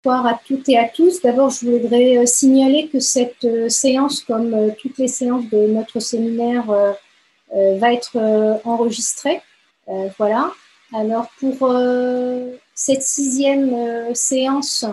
Bonsoir à toutes et à tous. D'abord, je voudrais signaler que cette séance, comme toutes les séances de notre séminaire, va être enregistrée. Voilà. Alors, pour cette sixième séance,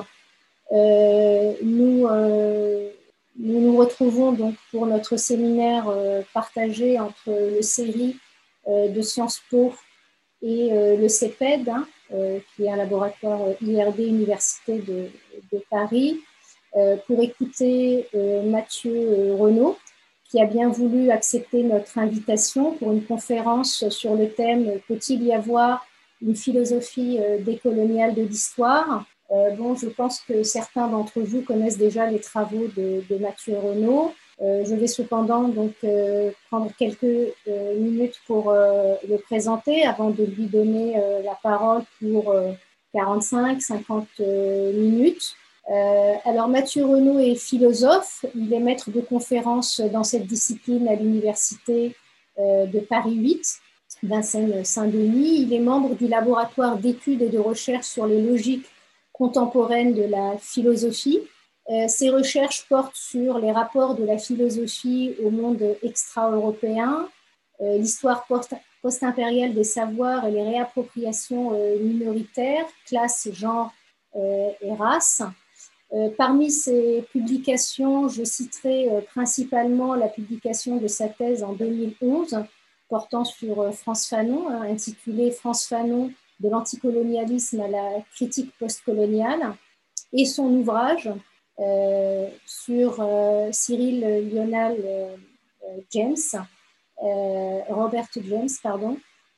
nous nous retrouvons donc pour notre séminaire partagé entre le CERI de Sciences Po et le CEPED, qui est un laboratoire IRD Université de Paris, pour écouter Mathieu Renaud, qui a bien voulu accepter notre invitation pour une conférence sur le thème « Peut-il y avoir une philosophie décoloniale de l'histoire ?» Bon, je pense que certains d'entre vous connaissent déjà les travaux de Mathieu Renaud. Je vais cependant donc prendre quelques minutes pour le présenter avant de lui donner la parole pour 45-50 minutes. Alors Mathieu Renaud est philosophe, il est maître de conférences dans cette discipline à l'université de Paris 8, Vincennes-Saint-Denis. Il est membre du laboratoire d'études et de recherche sur les logiques contemporaines de la philosophie. Ses recherches portent sur les rapports de la philosophie au monde extra-européen, l'histoire post-impériale des savoirs et les réappropriations minoritaires, classe, genre et race. Parmi ses publications, je citerai principalement la publication de sa thèse en 2011 portant sur Frantz Fanon, intitulée Frantz Fanon de l'anticolonialisme à la critique postcoloniale, et son ouvrage sur Cyril Lionel James, Robert James, pardon,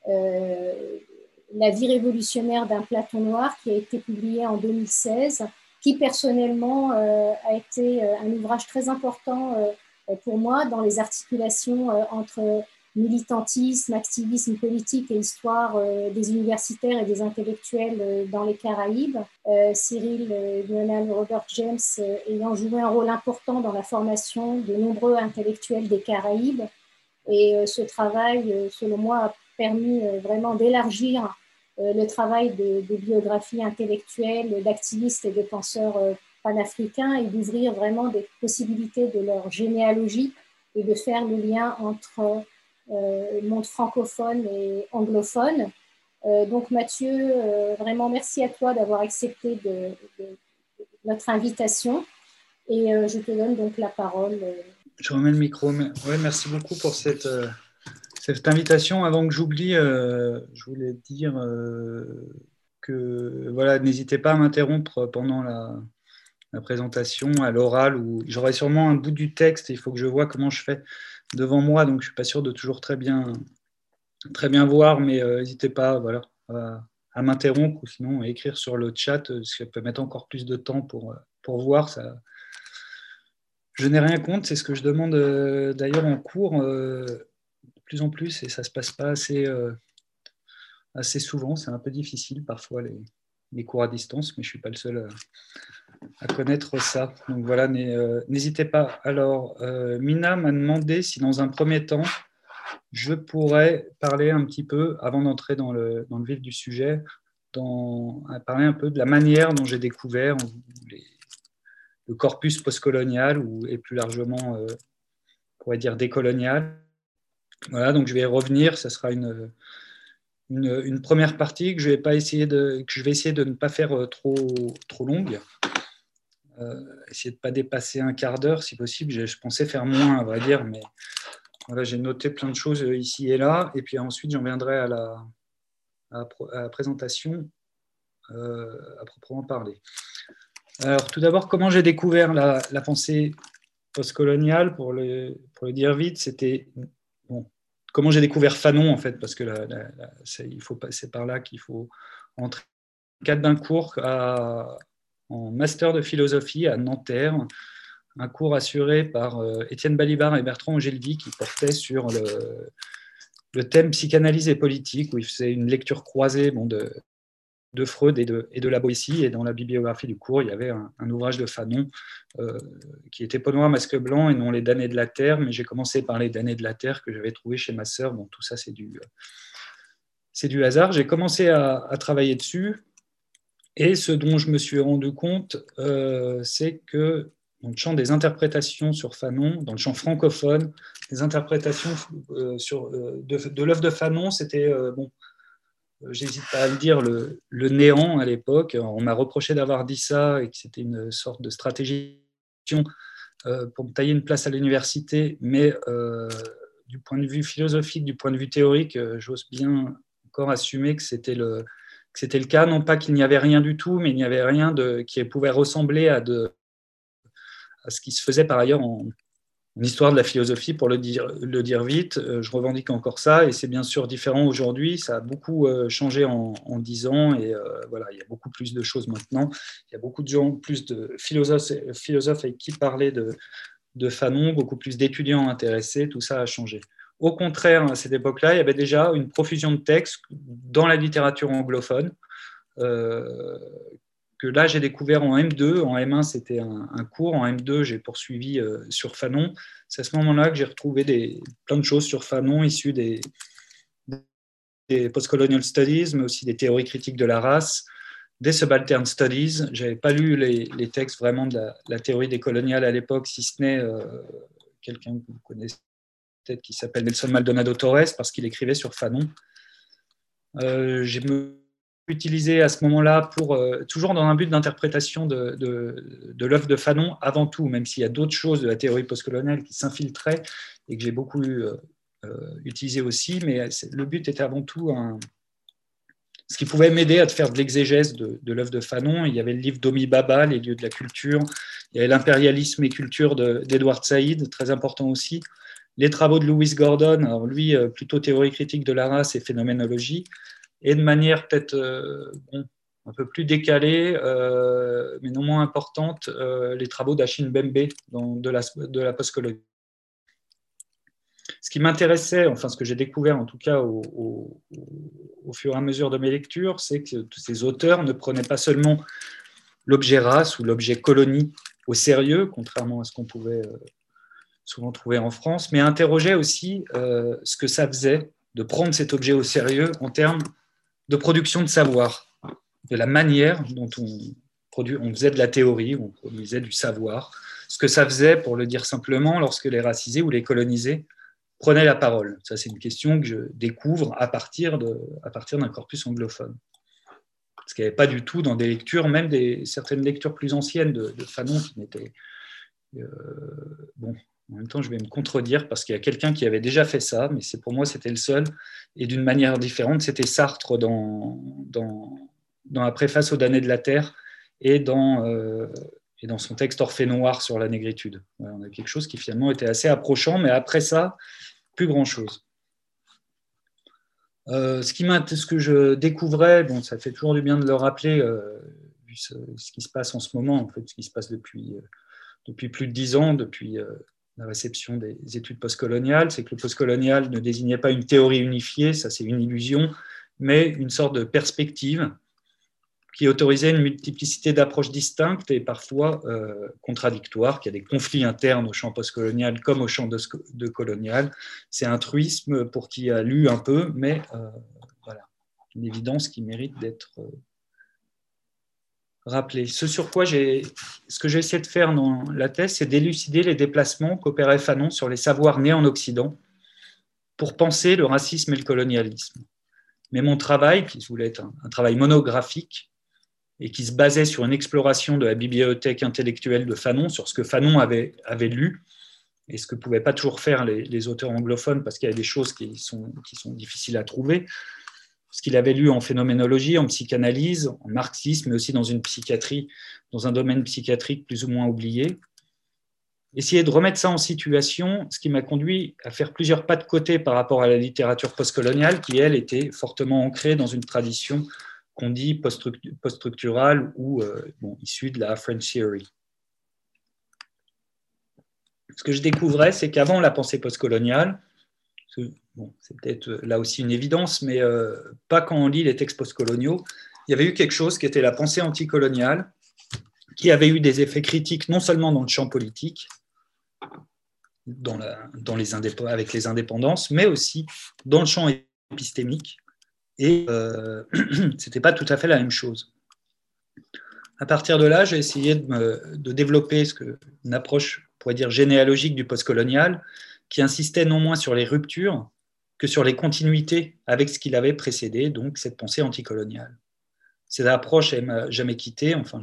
La vie révolutionnaire d'un Platon noir, qui a été publié en 2016, qui personnellement a été un ouvrage très important pour moi dans les articulations entre militantisme, activisme politique et histoire des universitaires et des intellectuels dans les Caraïbes. Cyril Lionel Robert James ayant joué un rôle important dans la formation de nombreux intellectuels des Caraïbes. Et ce travail, selon moi, a permis vraiment d'élargir le travail de biographie intellectuelle, d'activistes et de penseurs panafricains et d'ouvrir vraiment des possibilités de leur généalogie et de faire le lien entre le monde francophone et anglophone. Donc Mathieu, vraiment merci à toi d'avoir accepté notre invitation et je te donne donc la parole. Je remets le micro. Ouais, merci beaucoup pour cette invitation. Avant que j'oublie, je voulais dire que voilà, n'hésitez pas à m'interrompre pendant la présentation à l'oral, où j'aurai sûrement un bout du texte et il faut que je vois comment je fais devant moi, donc je ne suis pas sûr de toujours très bien voir, mais n'hésitez pas voilà, à m'interrompre ou sinon à écrire sur le chat, parce que ça peut mettre encore plus de temps pour voir ça. Je n'ai rien contre, c'est ce que je demande d'ailleurs en cours de plus en plus, et ça ne se passe pas assez souvent. C'est un peu difficile parfois les cours à distance, mais je ne suis pas le seul à connaître ça. Donc voilà, n'hésitez pas. Alors, Mina m'a demandé si dans un premier temps, je pourrais parler un petit peu, avant d'entrer dans le vif du sujet, parler un peu de la manière dont j'ai découvert le corpus postcolonial et plus largement, on pourrait dire décolonial. Voilà, donc je vais y revenir. Ça sera une première partie que je vais essayer de ne pas faire trop longue. Essayer de ne pas dépasser un quart d'heure si possible. Je pensais faire moins, à vrai dire, mais voilà, j'ai noté plein de choses ici et là. Et puis ensuite, j'en viendrai à la présentation à proprement parler. Alors, tout d'abord, comment j'ai découvert la pensée postcoloniale, pour le dire vite, c'était comment j'ai découvert Fanon, en fait, parce que il faut passer par là qu'il faut entrer dans le cadre d'un cours en master de philosophie à Nanterre, un cours assuré par Étienne Balibar et Bertrand Ogilvy qui portait sur le thème psychanalyse et politique, où il faisait une lecture croisée de Freud et de la Boétie, et dans la bibliographie du cours, il y avait un ouvrage de Fanon qui était Peau noire, masque blanc, et non Les damnés de la Terre, mais j'ai commencé par Les damnés de la Terre que j'avais trouvé chez ma sœur. Bon, tout ça, c'est du hasard. J'ai commencé à travailler dessus, Et ce dont je me suis rendu compte, c'est que dans le champ des interprétations sur Fanon, dans le champ francophone, les interprétations de l'œuvre de Fanon, c'était, j'hésite pas à le dire, le néant à l'époque. On m'a reproché d'avoir dit ça et que c'était une sorte de stratégie pour me tailler une place à l'université, mais du point de vue philosophique, du point de vue théorique, j'ose bien encore assumer que c'était le cas, non pas qu'il n'y avait rien du tout, mais il n'y avait rien qui pouvait ressembler à ce qui se faisait par ailleurs en histoire de la philosophie, pour le dire vite. Je revendique encore ça, et c'est bien sûr différent aujourd'hui. Ça a beaucoup changé en 10 ans, et voilà, il y a beaucoup plus de choses maintenant. Il y a beaucoup de gens, plus de philosophes avec qui parler de Fanon, beaucoup plus d'étudiants intéressés, tout ça a changé. Au contraire, à cette époque-là, il y avait déjà une profusion de textes dans la littérature anglophone, que là, j'ai découvert en M2. En M1, c'était un cours. En M2, j'ai poursuivi sur Fanon. C'est à ce moment-là que j'ai retrouvé plein de choses sur Fanon, issues des post-colonial studies, mais aussi des théories critiques de la race, des subaltern studies. Je n'avais pas lu les textes vraiment de la théorie décoloniale à l'époque, si ce n'est quelqu'un que vous connaissez peut-être qui s'appelle Nelson Maldonado Torres, parce qu'il écrivait sur Fanon. J'ai utilisé à ce moment-là toujours dans un but d'interprétation de l'œuvre de Fanon avant tout, même s'il y a d'autres choses de la théorie postcoloniale qui s'infiltraient et que j'ai beaucoup utilisé aussi, mais le but était avant tout ce qui pouvait m'aider à faire de l'exégèse de l'œuvre de Fanon. Il y avait le livre d'Homi Bhabha, Les lieux de la culture, il y avait L'impérialisme et culture d'Edward Said, très important aussi, les travaux de Lewis Gordon, alors lui plutôt théorie critique de la race et phénoménologie, et de manière peut-être un peu plus décalée, mais non moins importante, les travaux d'Achille Mbembe de la postcolonie. Ce qui m'intéressait, enfin ce que j'ai découvert en tout cas au fur et à mesure de mes lectures, c'est que tous ces auteurs ne prenaient pas seulement l'objet race ou l'objet colonie au sérieux, contrairement à ce qu'on pouvait souvent trouver en France, mais interrogeaient aussi ce que ça faisait de prendre cet objet au sérieux en termes de production de savoir, de la manière dont on faisait de la théorie, on produisait du savoir, ce que ça faisait, pour le dire simplement, lorsque les racisés ou les colonisés prenaient la parole. Ça, c'est une question que je découvre à partir d'un corpus anglophone. Ce qu'il n'y avait pas du tout dans des lectures, même certaines lectures plus anciennes de Fanon, qui n'étaient... bon, en même temps, je vais me contredire parce qu'il y a quelqu'un qui avait déjà fait ça, mais pour moi, c'était le seul. Et d'une manière différente, c'était Sartre dans la préface aux damnés de la Terre et dans son texte Orphée noir sur la négritude. Voilà, on a quelque chose qui finalement était assez approchant, mais après ça, plus grand-chose. Ce que je découvrais, bon, ça fait toujours du bien de le rappeler, vu ce qui se passe en ce moment, en fait, ce qui se passe depuis plus de 10 ans, depuis la réception des études postcoloniales, c'est que le postcolonial ne désignait pas une théorie unifiée, ça c'est une illusion, mais une sorte de perspective qui autorisait une multiplicité d'approches distinctes et parfois contradictoires, qu'il y a des conflits internes au champ postcolonial comme au champ de colonial. C'est un truisme pour qui a lu un peu, mais voilà, une évidence qui mérite d'être rappelée. Ce que j'ai essayé de faire dans la thèse, c'est d'élucider les déplacements qu'opérait Fanon sur les savoirs nés en Occident pour penser le racisme et le colonialisme. Mais mon travail, qui voulait être un travail monographique, et qui se basait sur une exploration de la bibliothèque intellectuelle de Fanon, sur ce que Fanon avait lu, et ce que ne pouvaient pas toujours faire les auteurs anglophones, parce qu'il y a des choses qui sont difficiles à trouver, ce qu'il avait lu en phénoménologie, en psychanalyse, en marxisme, mais aussi dans une psychiatrie, dans un domaine psychiatrique plus ou moins oublié. Essayer de remettre ça en situation, ce qui m'a conduit à faire plusieurs pas de côté par rapport à la littérature postcoloniale, qui, elle, était fortement ancrée dans une tradition qu'on dit post-structurale ou issue de la French Theory. Ce que je découvrais, c'est qu'avant la pensée postcoloniale, c'est peut-être là aussi une évidence, mais pas quand on lit les textes postcoloniaux, il y avait eu quelque chose qui était la pensée anticoloniale, qui avait eu des effets critiques non seulement dans le champ politique, avec les indépendances, mais aussi dans le champ épistémique. Et ce n'était pas tout à fait la même chose. À partir de là, j'ai essayé de développer une approche, on pourrait dire, généalogique du postcolonial, qui insistait non moins sur les ruptures que sur les continuités avec ce qui l'avait précédé, donc cette pensée anticoloniale. Cette approche, elle m'a jamais quitté. Enfin,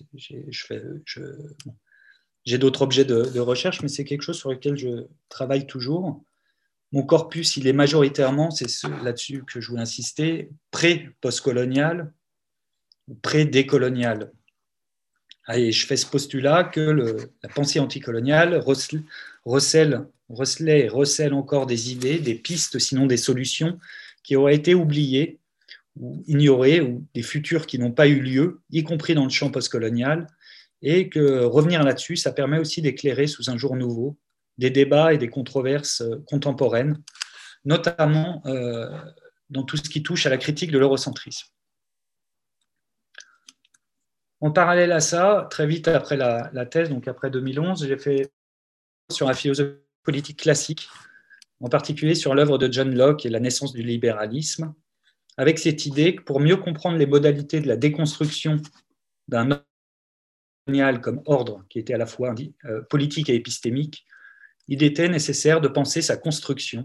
j'ai d'autres objets de recherche, mais c'est quelque chose sur lequel je travaille toujours. Mon corpus, il est majoritairement, c'est là-dessus que je voulais insister, pré-postcolonial ou pré-décolonial. Et je fais ce postulat que la pensée anticoloniale recèle encore des idées, des pistes, sinon des solutions qui auraient été oubliées ou ignorées, ou des futurs qui n'ont pas eu lieu, y compris dans le champ postcolonial, et que revenir là-dessus, ça permet aussi d'éclairer sous un jour nouveau des débats et des controverses contemporaines, notamment dans tout ce qui touche à la critique de l'eurocentrisme. En parallèle à ça, très vite après la thèse, donc après 2011, j'ai fait sur la philosophie politique classique, en particulier sur l'œuvre de John Locke et la naissance du libéralisme, avec cette idée que pour mieux comprendre les modalités de la déconstruction d'un ordre colonial comme ordre qui était à la fois politique et épistémique, il était nécessaire de penser sa construction.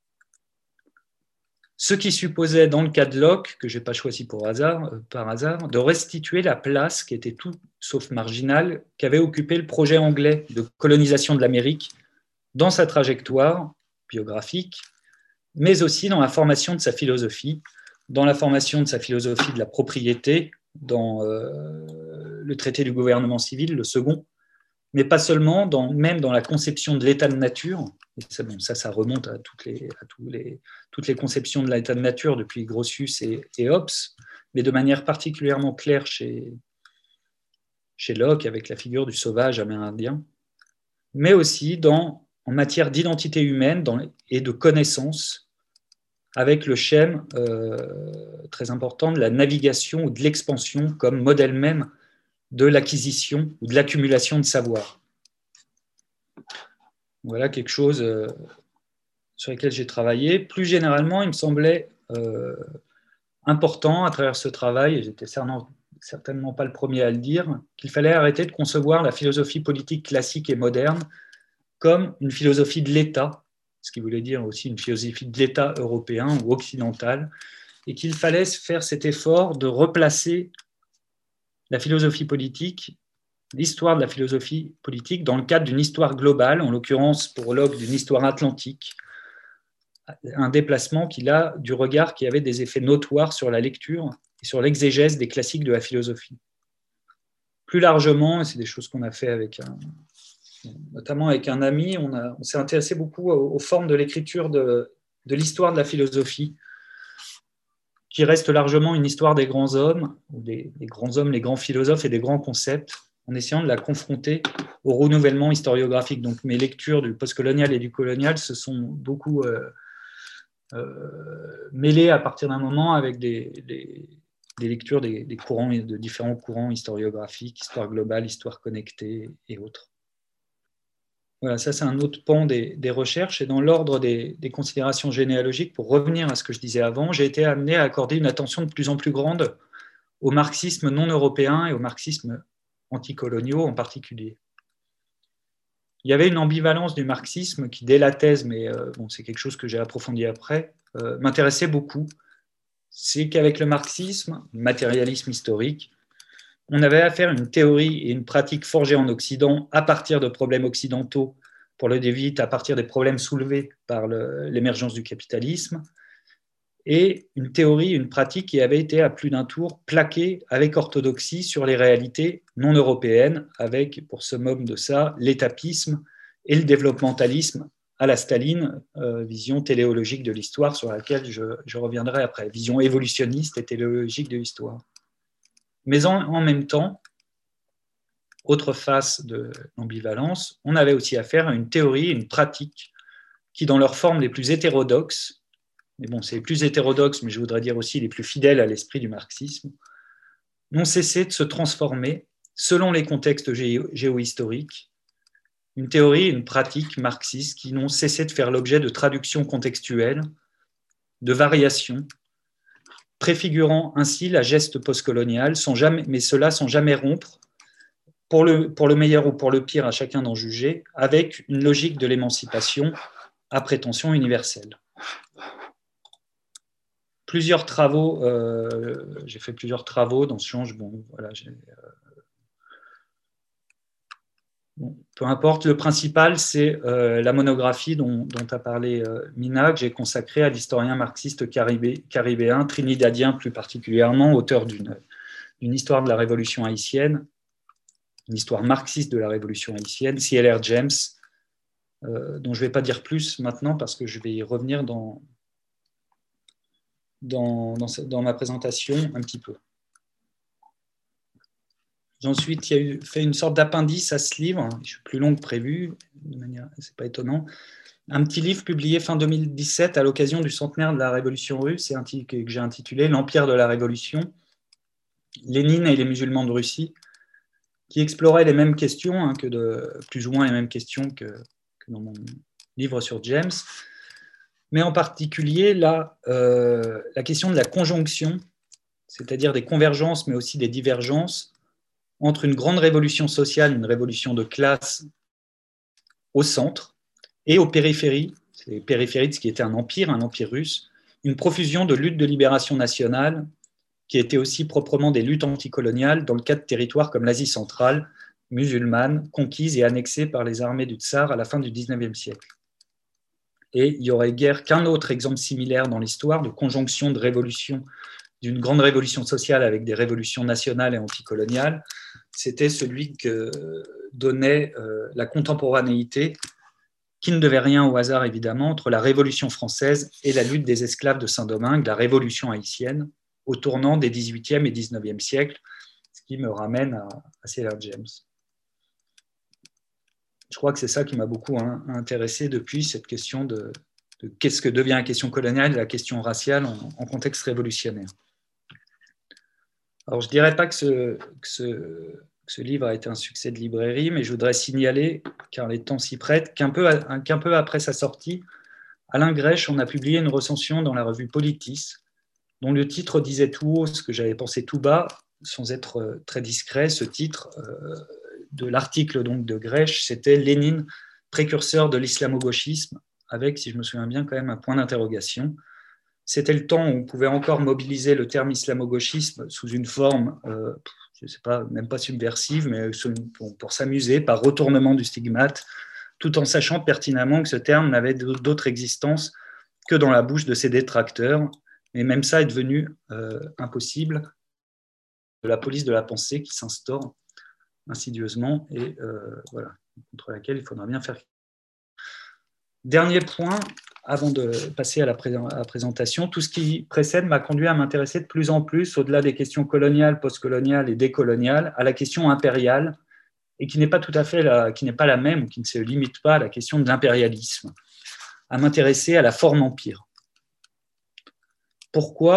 Ce qui supposait, dans le cas de Locke, que je n'ai pas choisi par hasard, de restituer la place qui était tout sauf marginale qu'avait occupé le projet anglais de colonisation de l'Amérique dans sa trajectoire biographique, mais aussi dans la formation de sa philosophie, dans la formation de sa philosophie de la propriété, dans le traité du gouvernement civil, le second, mais pas seulement, même dans la conception de l'état de nature. Et ça remonte à toutes les conceptions de l'état de nature depuis Grotius et Hobbes, mais de manière particulièrement claire chez Locke, avec la figure du sauvage amérindien, mais aussi en matière d'identité humaine et de connaissance, avec le schème très important de la navigation ou de l'expansion comme modèle même de l'acquisition ou de l'accumulation de savoir. Voilà quelque chose sur lequel j'ai travaillé. Plus généralement, il me semblait important à travers ce travail, et j'étais certainement pas le premier à le dire, qu'il fallait arrêter de concevoir la philosophie politique classique et moderne comme une philosophie de l'État, ce qui voulait dire aussi une philosophie de l'État européen ou occidental, et qu'il fallait faire cet effort de replacer la philosophie politique, l'histoire de la philosophie politique dans le cadre d'une histoire globale, en l'occurrence pour Locke d'une histoire atlantique, un déplacement du regard qui avait des effets notoires sur la lecture et sur l'exégèse des classiques de la philosophie. Plus largement, et c'est des choses qu'on a fait notamment avec un ami, on s'est intéressé beaucoup aux formes de l'écriture de l'histoire de la philosophie, qui reste largement une histoire des grands hommes, des grands hommes, les grands philosophes et des grands concepts, en essayant de la confronter au renouvellement historiographique. Donc mes lectures du postcolonial et du colonial se sont beaucoup mêlées à partir d'un moment avec des lectures de différents courants historiographiques, histoire globale, histoire connectée et autres. Voilà, ça c'est un autre pan des recherches. Et dans l'ordre des considérations généalogiques, pour revenir à ce que je disais avant, j'ai été amené à accorder une attention de plus en plus grande au marxisme non européen et au marxisme anticoloniaux en particulier. Il y avait une ambivalence du marxisme qui, dès la thèse, mais c'est quelque chose que j'ai approfondi après, m'intéressait beaucoup. C'est qu'avec le marxisme, le matérialisme historique, on avait affaire à une théorie et une pratique forgée en Occident à partir de problèmes occidentaux, pour le dire vite, à partir des problèmes soulevés par l'émergence du capitalisme, et une théorie, une pratique qui avait été à plus d'un tour plaquée avec orthodoxie sur les réalités non européennes, avec, pour summum de ça, l'étapisme et le développementalisme à la Staline, vision téléologique de l'histoire sur laquelle je reviendrai après, vision évolutionniste et téléologique de l'histoire. Mais en même temps, autre face de l'ambivalence, on avait aussi affaire à une théorie et une pratique qui, dans leurs formes les plus hétérodoxes, mais bon, c'est les plus hétérodoxes, mais je voudrais dire aussi les plus fidèles à l'esprit du marxisme, n'ont cessé de se transformer selon les contextes géohistoriques. Une théorie et une pratique marxiste qui n'ont cessé de faire l'objet de traductions contextuelles, de variations, préfigurant ainsi la geste postcoloniale, mais cela sans jamais rompre, pour le meilleur ou pour le pire, à chacun d'en juger, avec une logique de l'émancipation à prétention universelle. Plusieurs travaux, j'ai fait plusieurs travaux dans ce genre, bon, voilà, bon, peu importe, le principal, c'est la monographie dont a parlé Mina, que j'ai consacrée à l'historien marxiste caribéen, trinidadien plus particulièrement, auteur d'une histoire de la Révolution haïtienne, une histoire marxiste de la Révolution haïtienne, C.L.R. James, dont je ne vais pas dire plus maintenant parce que je vais y revenir dans ma présentation un petit peu. Ensuite, il y a fait une sorte d'appendice à ce livre, je suis plus long que prévu, de manière, c'est pas étonnant. Un petit livre publié fin 2017 à l'occasion du centenaire de la Révolution russe, que j'ai intitulé L'Empire de la Révolution, Lénine et les musulmans de Russie, qui explorait les mêmes questions, plus ou moins les mêmes questions que dans mon livre sur James, mais en particulier la question de la conjonction, c'est-à-dire des convergences, mais aussi des divergences, entre une grande révolution sociale, une révolution de classe au centre, et aux périphéries, les périphéries de ce qui était un empire russe, une profusion de luttes de libération nationale, qui étaient aussi proprement des luttes anticoloniales dans le cas de territoires comme l'Asie centrale, musulmane, conquise et annexée par les armées du Tsar à la fin du XIXe siècle. Et il n'y aurait guère qu'un autre exemple similaire dans l'histoire de conjonction de révolution, d'une grande révolution sociale avec des révolutions nationales et anticoloniales, c'était celui que donnait la contemporanéité, qui ne devait rien au hasard évidemment, entre la Révolution française et la lutte des esclaves de Saint-Domingue, la Révolution haïtienne, au tournant des XVIIIe et XIXe siècles, ce qui me ramène à C.L.R. James. Je crois que c'est ça qui m'a beaucoup intéressé depuis, cette question de qu'est-ce que devient la question coloniale et la question raciale en contexte révolutionnaire. Alors, je ne dirais pas que ce livre a été un succès de librairie, mais je voudrais signaler, car les temps s'y prêtent, qu'un peu après sa sortie, Alain Grèche en a publié une recension dans la revue Politis, dont le titre disait tout haut ce que j'avais pensé tout bas, sans être très discret. Ce titre de l'article donc de Grèche, c'était « Lénine, précurseur de l'islamo-gauchisme », avec, si je me souviens bien, quand même un point d'interrogation. C'était le temps où on pouvait encore mobiliser le terme islamo-gauchisme sous une forme, je ne sais pas, même pas subversive, mais pour s'amuser, par retournement du stigmate, tout en sachant pertinemment que ce terme n'avait d'autre existence que dans la bouche de ses détracteurs. Et même ça est devenu impossible, de la police de la pensée qui s'instaure insidieusement et voilà, contre laquelle il faudra bien faire. Dernier point, avant de passer à la présentation, tout ce qui précède m'a conduit à m'intéresser de plus en plus, au-delà des questions coloniales, postcoloniales et décoloniales, à la question impériale, et qui n'est pas tout à fait qui n'est pas la même, ou qui ne se limite pas à la question de l'impérialisme, à m'intéresser à la forme empire. Pourquoi ?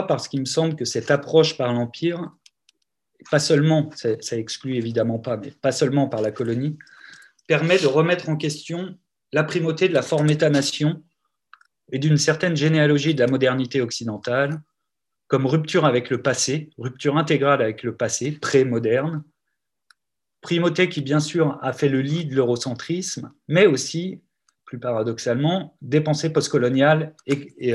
Parce qu'il me semble que cette approche par l'empire, pas seulement, ça exclut évidemment pas, mais pas seulement par la colonie, permet de remettre en question la primauté de la forme État-nation et d'une certaine généalogie de la modernité occidentale, comme rupture avec le passé, rupture intégrale avec le passé, pré-moderne, primauté qui bien sûr a fait le lit de l'eurocentrisme, mais aussi, plus paradoxalement, des pensées postcoloniales et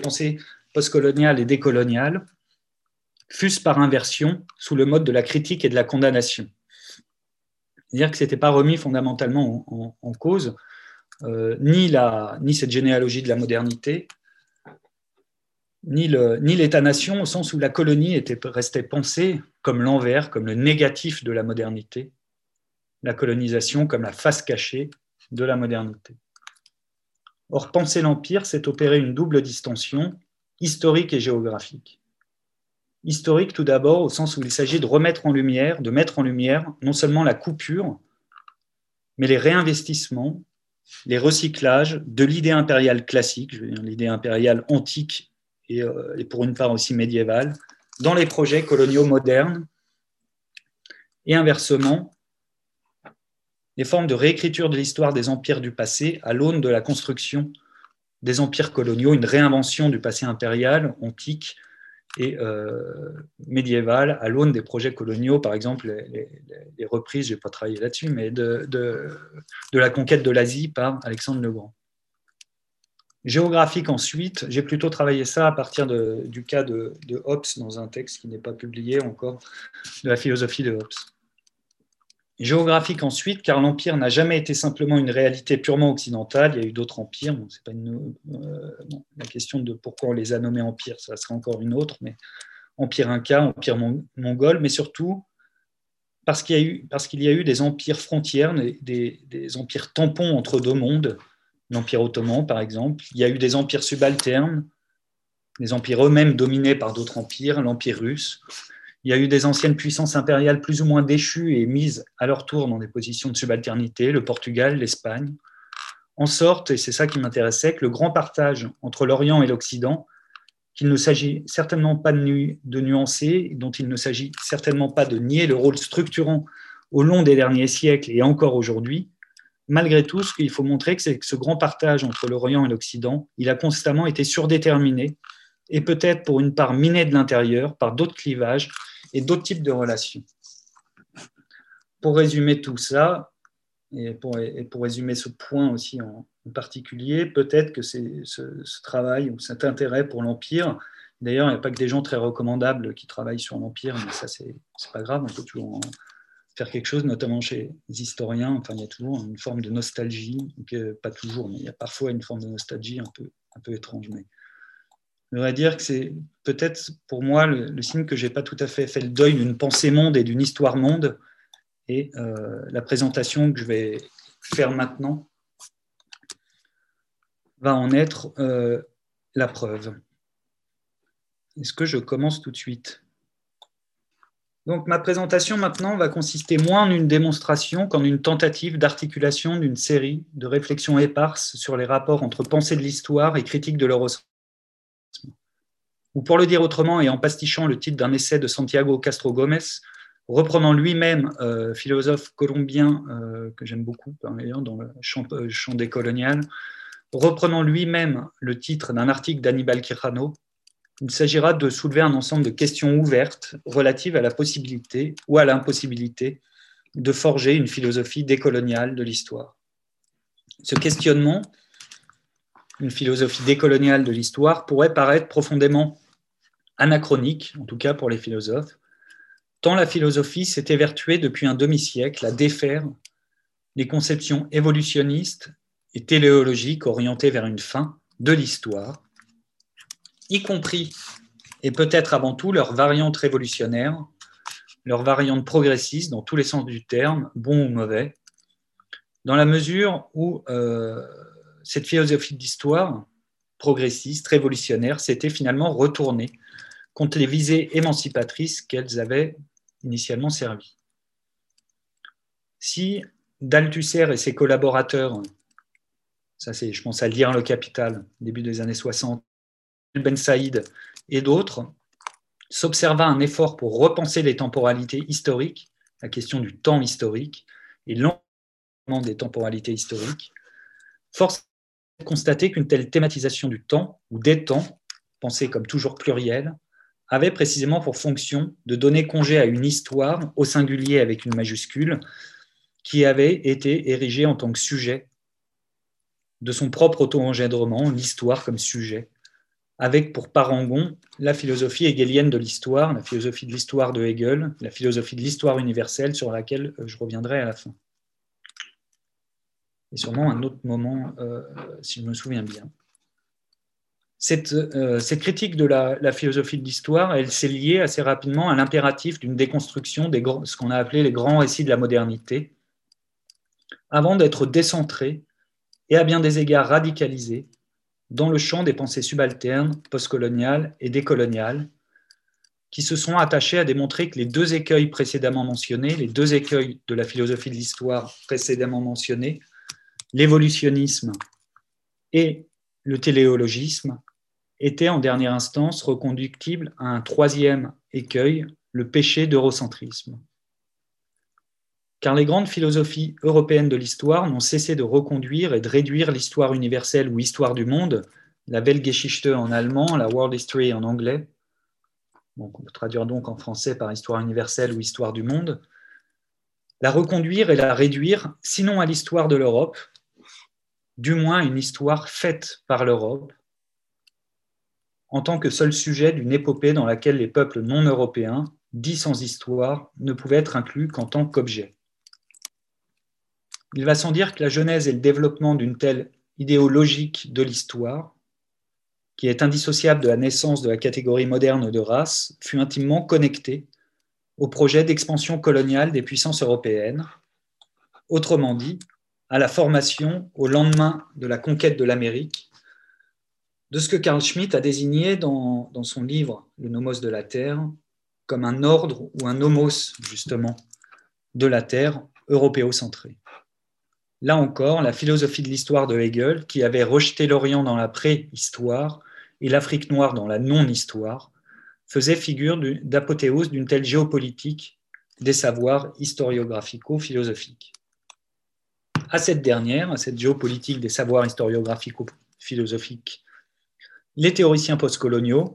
décoloniales, fût-ce par inversion, sous le mode de la critique et de la condamnation. C'est-à-dire que ce n'était pas remis fondamentalement en cause, ni cette généalogie de la modernité, ni l'État-nation, au sens où la colonie restait pensée comme l'envers, comme le négatif de la modernité, la colonisation comme la face cachée de la modernité. Or, penser l'empire, c'est opérer une double distension, historique et géographique. Historique tout d'abord, au sens où il s'agit de mettre en lumière non seulement la coupure, mais les réinvestissements, les recyclages de l'idée impériale classique, je veux dire l'idée impériale antique et pour une part aussi médiévale, dans les projets coloniaux modernes, et inversement, les formes de réécriture de l'histoire des empires du passé à l'aune de la construction des empires coloniaux, une réinvention du passé impérial, antique, et médiévale à l'aune des projets coloniaux, par exemple les reprises, je n'ai pas travaillé là-dessus, mais de la conquête de l'Asie par Alexandre le Grand. Géographique ensuite, j'ai plutôt travaillé ça à partir du cas de Hobbes dans un texte qui n'est pas publié encore, de la philosophie de Hobbes. Géographique ensuite, car l'Empire n'a jamais été simplement une réalité purement occidentale, il y a eu d'autres empires, bon, c'est pas la question de pourquoi on les a nommés empires, ça sera encore une autre, mais Empire Inca, Empire mongol, mais surtout parce qu'il y a eu des empires frontières, des empires tampons entre deux mondes, l'Empire ottoman par exemple, il y a eu des empires subalternes, des empires eux-mêmes dominés par d'autres empires, l'Empire russe, il y a eu des anciennes puissances impériales plus ou moins déchues et mises à leur tour dans des positions de subalternité, le Portugal, l'Espagne, en sorte, et c'est ça qui m'intéressait, que le grand partage entre l'Orient et l'Occident, qu'il ne s'agit certainement pas de nuancer, dont il ne s'agit certainement pas de nier le rôle structurant au long des derniers siècles et encore aujourd'hui, malgré tout, ce qu'il faut montrer, c'est que ce grand partage entre l'Orient et l'Occident, il a constamment été surdéterminé et peut-être pour une part miné de l'intérieur par d'autres clivages et d'autres types de relations. Pour résumer tout ça, et pour résumer ce point aussi en particulier, peut-être que ce travail ou cet intérêt pour l'Empire, d'ailleurs, il n'y a pas que des gens très recommandables qui travaillent sur l'Empire, mais ça, c'est pas grave, on peut toujours faire quelque chose, notamment chez les historiens. Enfin, il y a toujours une forme de nostalgie, pas toujours, mais il y a parfois une forme de nostalgie un peu étrange. Mais je voudrais dire que c'est peut-être pour moi le signe que je n'ai pas tout à fait le deuil d'une pensée monde et d'une histoire monde. Et la présentation que je vais faire maintenant va en être la preuve. Est-ce que je commence tout de suite ? Donc ma présentation maintenant va consister moins en une démonstration qu'en une tentative d'articulation d'une série de réflexions éparses sur les rapports entre pensée de l'histoire et critique de l'eurocentrisme. Ou pour le dire autrement et en pastichant le titre d'un essai de Santiago Castro Gómez, reprenant lui-même, philosophe colombien que j'aime beaucoup d'ailleurs dans le champ décolonial, reprenant lui-même le titre d'un article d'Aníbal Quijano, il s'agira de soulever un ensemble de questions ouvertes relatives à la possibilité ou à l'impossibilité de forger une philosophie décoloniale de l'histoire. Ce questionnement, une philosophie décoloniale de l'histoire, pourrait paraître profondément anachronique, en tout cas pour les philosophes, tant la philosophie s'est évertuée depuis un demi-siècle à défaire les conceptions évolutionnistes et téléologiques orientées vers une fin de l'histoire, y compris et peut-être avant tout leurs variantes révolutionnaires, leurs variantes progressistes dans tous les sens du terme, bon ou mauvais, dans la mesure où cette philosophie d'histoire progressiste, révolutionnaire, s'était finalement retournée contre les visées émancipatrices qu'elles avaient initialement servi. Si d'Althusser et ses collaborateurs, ça c'est, je pense à Lire le Capital, début des années 60, Ben Saïd et d'autres, s'observa un effort pour repenser les temporalités historiques, la question du temps historique et l'ensemble des temporalités historiques, force est de constater qu'une telle thématisation du temps ou des temps, pensée comme toujours plurielle, avait précisément pour fonction de donner congé à une histoire, au singulier avec une majuscule, qui avait été érigée en tant que sujet de son propre auto-engendrement, l'histoire comme sujet, avec pour parangon la philosophie hegelienne de l'histoire, la philosophie de l'histoire de Hegel, la philosophie de l'histoire universelle sur laquelle je reviendrai à la fin. Et sûrement un autre moment, si je me souviens bien. Cette critique de la philosophie de l'histoire, elle s'est liée assez rapidement à l'impératif d'une déconstruction de ce qu'on a appelé les grands récits de la modernité, avant d'être décentrée et à bien des égards radicalisée dans le champ des pensées subalternes, postcoloniales et décoloniales, qui se sont attachées à démontrer que les deux écueils précédemment mentionnés, les deux écueils de la philosophie de l'histoire précédemment mentionnés, l'évolutionnisme et le téléologisme, étaient en dernière instance reconductibles à un troisième écueil, le péché d'eurocentrisme. Car les grandes philosophies européennes de l'histoire n'ont cessé de reconduire et de réduire l'histoire universelle ou histoire du monde, la Weltgeschichte en allemand, la World History en anglais, donc on peut traduire donc en français par histoire universelle ou histoire du monde, la reconduire et la réduire, sinon à l'histoire de l'Europe, du moins à une histoire faite par l'Europe, en tant que seul sujet d'une épopée dans laquelle les peuples non européens, dits sans histoire, ne pouvaient être inclus qu'en tant qu'objet. Il va sans dire que la genèse et le développement d'une telle idéologique de l'histoire, qui est indissociable de la naissance de la catégorie moderne de race, fut intimement connectée au projet d'expansion coloniale des puissances européennes, autrement dit, à la formation, au lendemain de la conquête de l'Amérique, de ce que Carl Schmitt a désigné dans son livre « Le nomos de la Terre » comme un ordre ou un nomos, justement, de la Terre européocentré. Là encore, la philosophie de l'histoire de Hegel, qui avait rejeté l'Orient dans la préhistoire et l'Afrique noire dans la non-histoire, faisait figure d'apothéose d'une telle géopolitique des savoirs historiographico-philosophiques. À cette dernière, à cette géopolitique des savoirs historiographico-philosophiques, les théoriciens postcoloniaux,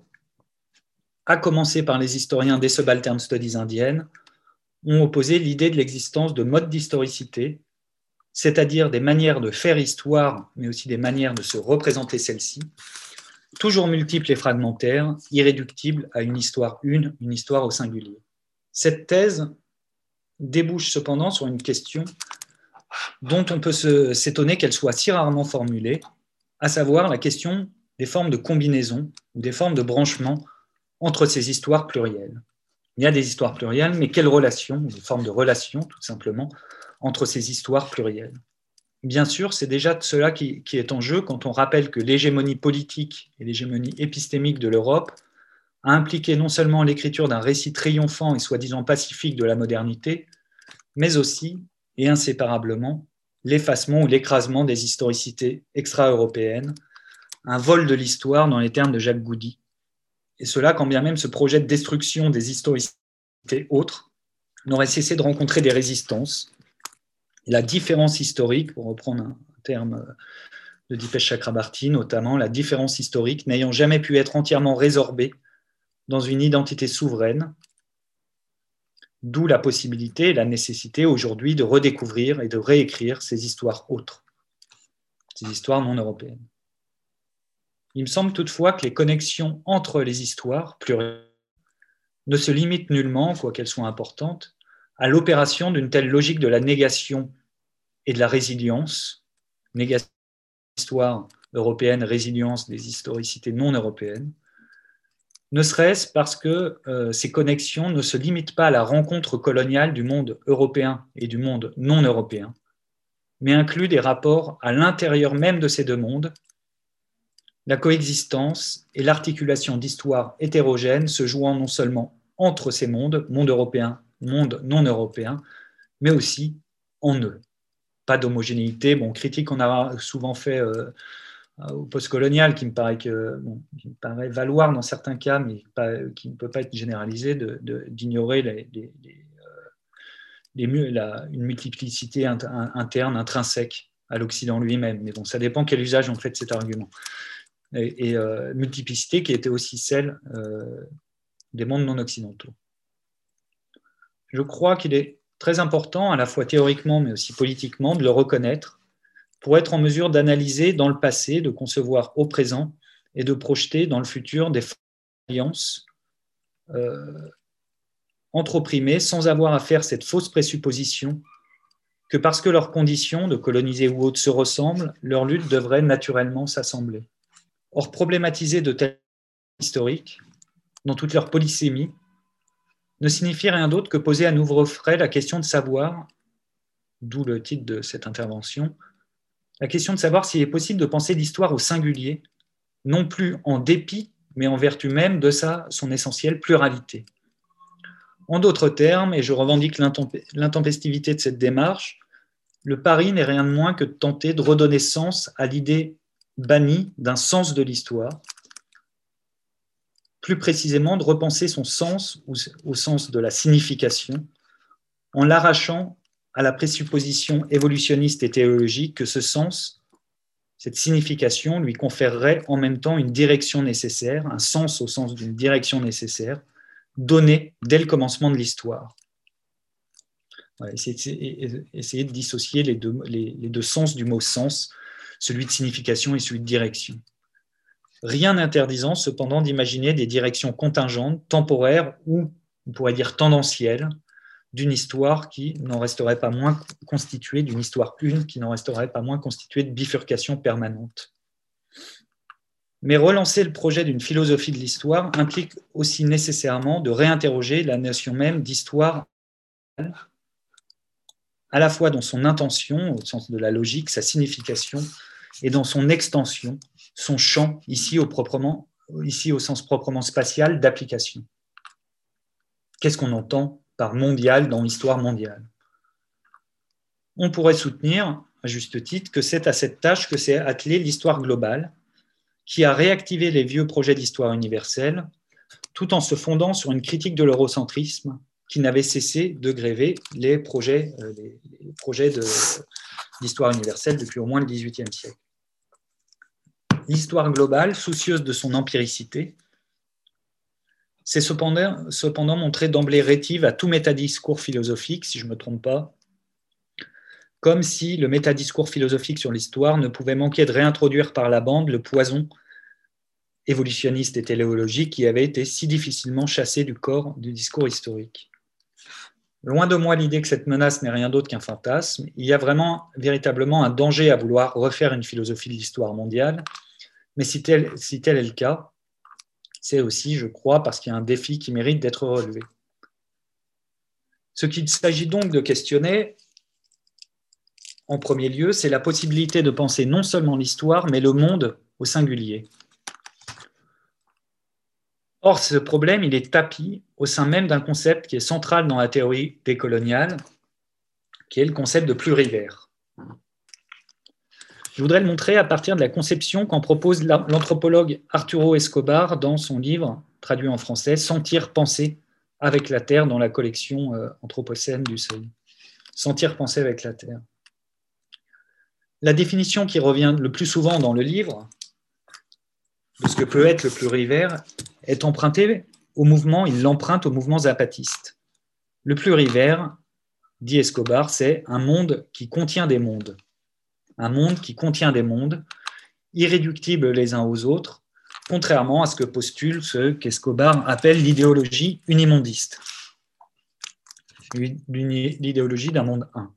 à commencer par les historiens des subaltern studies indiennes, ont opposé l'idée de l'existence de modes d'historicité, c'est-à-dire des manières de faire histoire, mais aussi des manières de se représenter celle-ci, toujours multiples et fragmentaires, irréductibles à une histoire au singulier. Cette thèse débouche cependant sur une question dont on peut s'étonner qu'elle soit si rarement formulée, à savoir la question des formes de combinaison ou des formes de branchement entre ces histoires plurielles. Il y a des histoires plurielles, mais quelles relations, des formes de relations tout simplement, entre ces histoires plurielles? Bien sûr, c'est déjà de cela qui est en jeu quand on rappelle que l'hégémonie politique et l'hégémonie épistémique de l'Europe a impliqué non seulement l'écriture d'un récit triomphant et soi-disant pacifique de la modernité, mais aussi, et inséparablement, l'effacement ou l'écrasement des historicités extra-européennes, un vol de l'histoire dans les termes de Jacques Goudy, et cela quand bien même ce projet de destruction des historicités autres n'aurait cessé de rencontrer des résistances. La différence historique, pour reprendre un terme de Dipesh Chakrabarty, notamment, la différence historique n'ayant jamais pu être entièrement résorbée dans une identité souveraine, d'où la possibilité et la nécessité aujourd'hui de redécouvrir et de réécrire ces histoires autres, ces histoires non européennes. Il me semble toutefois que les connexions entre les histoires plurielles ne se limitent nullement, quoiqu'elles soient importantes, à l'opération d'une telle logique de la négation et de la résilience, négation de l'histoire européenne, résilience des historicités non européennes, ne serait-ce parce que ces connexions ne se limitent pas à la rencontre coloniale du monde européen et du monde non européen, mais incluent des rapports à l'intérieur même de ces deux mondes, la coexistence et l'articulation d'histoires hétérogènes se jouant non seulement entre ces mondes, monde européen, monde non européen, mais aussi en eux. Pas d'homogénéité, critique qu'on a souvent fait au postcolonial, qui me paraît valoir dans certains cas, mais qui ne peut pas être généralisé, d'ignorer une multiplicité interne, intrinsèque à l'Occident lui-même. Mais bon, ça dépend quel usage on fait de cet argument. Et multiplicité qui était aussi celle des mondes non occidentaux. Je crois qu'il est très important, à la fois théoriquement mais aussi politiquement, de le reconnaître pour être en mesure d'analyser dans le passé, de concevoir au présent et de projeter dans le futur des alliances entre opprimés sans avoir à faire cette fausse présupposition que parce que leurs conditions de coloniser ou autres se ressemblent, leur lutte devrait naturellement s'assembler. Or, problématiser de tels historiques, dans toute leur polysémie, ne signifie rien d'autre que poser à nouveau frais la question de savoir, d'où le titre de cette intervention, la question de savoir s'il est possible de penser l'histoire au singulier, non plus en dépit, mais en vertu même de son essentielle pluralité. En d'autres termes, et je revendique l'intempestivité de cette démarche, le pari n'est rien de moins que de tenter de redonner sens à l'idée bannie d'un sens de l'histoire, plus précisément de repenser son sens au sens de la signification, en l'arrachant à la présupposition évolutionniste et théologique que ce sens, cette signification, lui conférerait en même temps une direction nécessaire, un sens au sens d'une direction nécessaire, donné dès le commencement de l'histoire. Voilà, essayer de dissocier les deux sens du mot sens, celui de signification et celui de direction. Rien n'interdisant cependant d'imaginer des directions contingentes, temporaires ou, on pourrait dire, tendancielles, d'une histoire qui n'en resterait pas moins constituée, d'une histoire une qui n'en resterait pas moins constituée de bifurcations permanentes. Mais relancer le projet d'une philosophie de l'histoire implique aussi nécessairement de réinterroger la notion même d'histoire, à la fois dans son intention, au sens de la logique, sa signification, et dans son extension, son champ, ici au sens proprement spatial, d'application. Qu'est-ce qu'on entend par mondial dans l'histoire mondiale? On pourrait soutenir, à juste titre, que c'est à cette tâche que s'est attelée l'histoire globale, qui a réactivé les vieux projets d'histoire universelle, tout en se fondant sur une critique de l'eurocentrisme qui n'avait cessé de gréver les projets d'histoire universelle depuis au moins le XVIIIe siècle. L'histoire globale, soucieuse de son empiricité, s'est cependant montrée d'emblée rétive à tout métadiscours philosophique, si je ne me trompe pas, comme si le métadiscours philosophique sur l'histoire ne pouvait manquer de réintroduire par la bande le poison évolutionniste et téléologique qui avait été si difficilement chassé du corps du discours historique. Loin de moi l'idée que cette menace n'est rien d'autre qu'un fantasme, il y a véritablement un danger à vouloir refaire une philosophie de l'histoire mondiale, mais si tel est le cas, c'est aussi, je crois, parce qu'il y a un défi qui mérite d'être relevé. Ce qu'il s'agit donc de questionner, en premier lieu, c'est la possibilité de penser non seulement l'histoire, mais le monde au singulier. Or, ce problème, il est tapi au sein même d'un concept qui est central dans la théorie décoloniale, qui est le concept de plurivers. Je voudrais le montrer à partir de la conception qu'en propose l'anthropologue Arturo Escobar dans son livre, traduit en français, « Sentir, penser avec la Terre » dans la collection Anthropocène du Seuil. Sentir, penser avec la Terre. La définition qui revient le plus souvent dans le livre de ce que peut être le plurivers est empruntée au mouvement, il l'emprunte au mouvement zapatiste. Le plurivers, dit Escobar, c'est un monde qui contient des mondes. Un monde qui contient des mondes, irréductibles les uns aux autres, contrairement à ce que postule ce qu'Escobar appelle l'idéologie unimondiste, l'idéologie d'un monde un.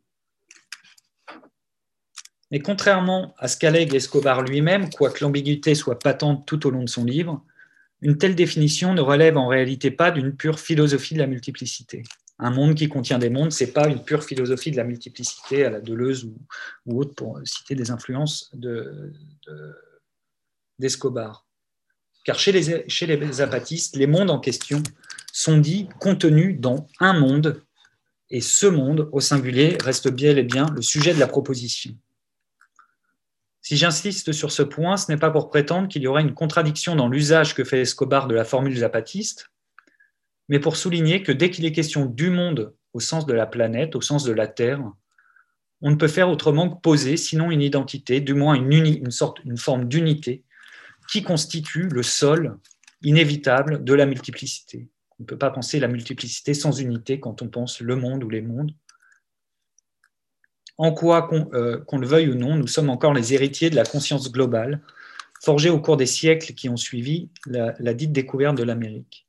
Mais contrairement à ce qu'allègue Escobar lui-même, quoique l'ambiguïté soit patente tout au long de son livre, une telle définition ne relève en réalité pas d'une pure philosophie de la multiplicité. Un monde qui contient des mondes, ce n'est pas une pure philosophie de la multiplicité à la Deleuze ou autre, pour citer des influences d'Escobar. Car chez les zapatistes, les mondes en question sont dits contenus dans un monde, et ce monde, au singulier, reste bien et bien le sujet de la proposition. Si j'insiste sur ce point, ce n'est pas pour prétendre qu'il y aurait une contradiction dans l'usage que fait Escobar de la formule zapatiste, mais pour souligner que dès qu'il est question du monde au sens de la planète, au sens de la Terre, on ne peut faire autrement que poser, sinon une identité, du moins une forme d'unité qui constitue le sol inévitable de la multiplicité. On ne peut pas penser la multiplicité sans unité quand on pense le monde ou les mondes. En quoi, qu'on le veuille ou non, nous sommes encore les héritiers de la conscience globale, forgée au cours des siècles qui ont suivi la dite découverte de l'Amérique.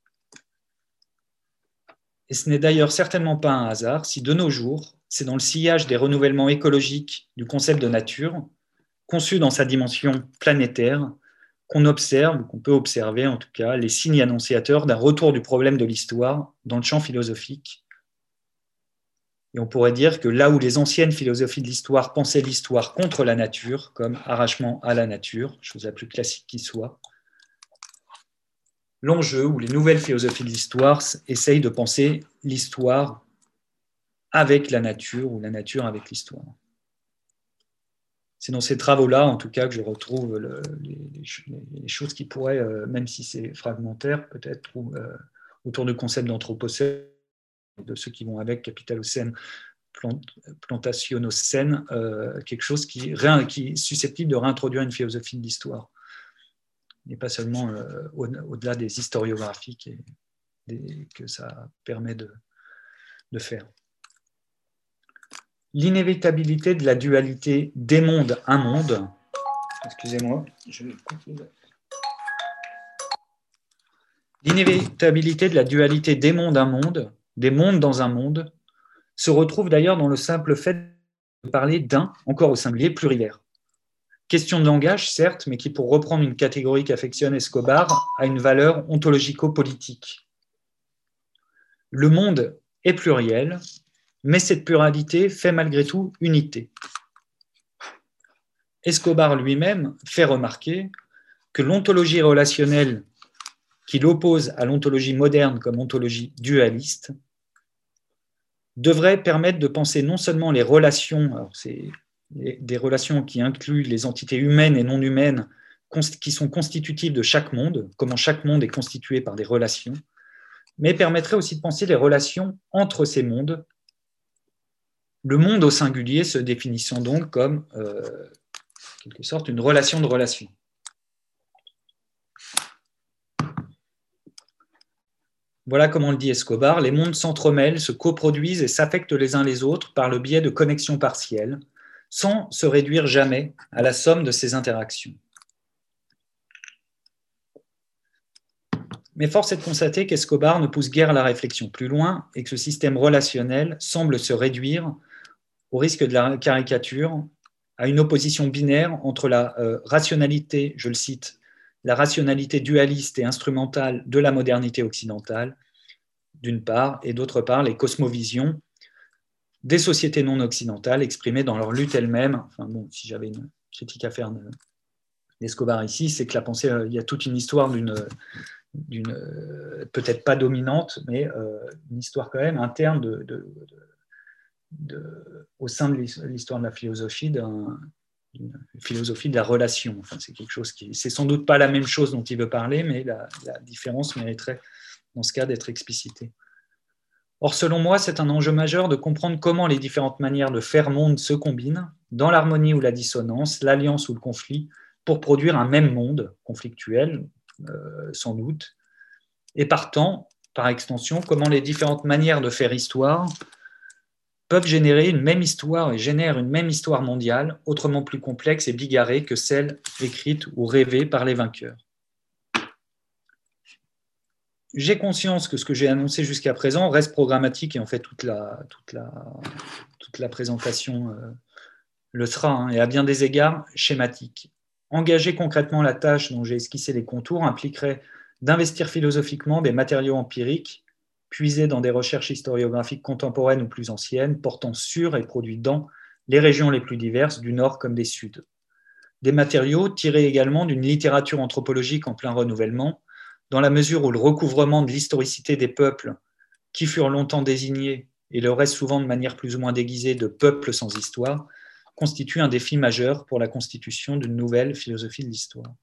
Et ce n'est d'ailleurs certainement pas un hasard si de nos jours, c'est dans le sillage des renouvellements écologiques du concept de nature, conçu dans sa dimension planétaire, qu'on observe, ou qu'on peut observer en tout cas, les signes annonciateurs d'un retour du problème de l'histoire dans le champ philosophique. Et on pourrait dire que là où les anciennes philosophies de l'histoire pensaient l'histoire contre la nature, comme arrachement à la nature, chose la plus classique qui soit, l'enjeu où les nouvelles philosophies de l'histoire essayent de penser l'histoire avec la nature ou la nature avec l'histoire. C'est dans ces travaux-là, en tout cas, que je retrouve les choses qui pourraient, même si c'est fragmentaire, peut-être autour du concept d'anthropocène, de ceux qui vont avec, capitalocène, plantationocène, quelque chose qui est susceptible de réintroduire une philosophie de l'histoire, et pas seulement au-delà des historiographiques que ça permet de faire. L'inévitabilité de la dualité des mondes, un monde. Excusez-moi, je vais couper. L'inévitabilité de la dualité des mondes, un monde, des mondes dans un monde, se retrouve d'ailleurs dans le simple fait de parler d'un, encore au singulier, plurillaire. Question de langage, certes, mais qui, pour reprendre une catégorie qu'affectionne Escobar, a une valeur ontologico-politique. Le monde est pluriel, mais cette pluralité fait malgré tout unité. Escobar lui-même fait remarquer que l'ontologie relationnelle qu'il oppose à l'ontologie moderne comme ontologie dualiste devrait permettre de penser non seulement les relations, alors c'est des relations qui incluent les entités humaines et non humaines qui sont constitutives de chaque monde, comment chaque monde est constitué par des relations, mais permettrait aussi de penser les relations entre ces mondes, le monde au singulier se définissant donc comme, en quelque sorte, une relation de relations. Voilà comment le dit Escobar, les mondes s'entremêlent, se coproduisent et s'affectent les uns les autres par le biais de connexions partielles, sans se réduire jamais à la somme de ces interactions. Mais force est de constater qu'Escobar ne pousse guère la réflexion plus loin et que ce système relationnel semble se réduire, au risque de la caricature, à une opposition binaire entre la rationalité, je le cite, la rationalité dualiste et instrumentale de la modernité occidentale, d'une part, et d'autre part, les cosmovisions des sociétés non occidentales exprimées dans leur lutte elle-même. Enfin bon, si j'avais une critique à faire d'Escobar ici, c'est que la pensée, il y a toute une histoire d'une peut-être pas dominante, mais une histoire quand même interne au sein de l'histoire de la philosophie, d'une philosophie de la relation. Enfin, c'est quelque chose qui, c'est sans doute pas la même chose dont il veut parler, mais la différence mériterait dans ce cas d'être explicitée. Or, selon moi, c'est un enjeu majeur de comprendre comment les différentes manières de faire monde se combinent, dans l'harmonie ou la dissonance, l'alliance ou le conflit, pour produire un même monde conflictuel, sans doute, et partant, par extension, comment les différentes manières de faire histoire peuvent générer une même histoire et génèrent une même histoire mondiale, autrement plus complexe et bigarrée que celle écrite ou rêvée par les vainqueurs. J'ai conscience que ce que j'ai annoncé jusqu'à présent reste programmatique et en fait toute la présentation le sera, et à bien des égards schématique. Engager concrètement la tâche dont j'ai esquissé les contours impliquerait d'investir philosophiquement des matériaux empiriques puisés dans des recherches historiographiques contemporaines ou plus anciennes, portant sur et produits dans les régions les plus diverses, du nord comme des sud. Des matériaux tirés également d'une littérature anthropologique en plein renouvellement, dans la mesure où le recouvrement de l'historicité des peuples qui furent longtemps désignés, et le reste souvent de manière plus ou moins déguisée, de peuples sans histoire, constitue un défi majeur pour la constitution d'une nouvelle philosophie de l'histoire.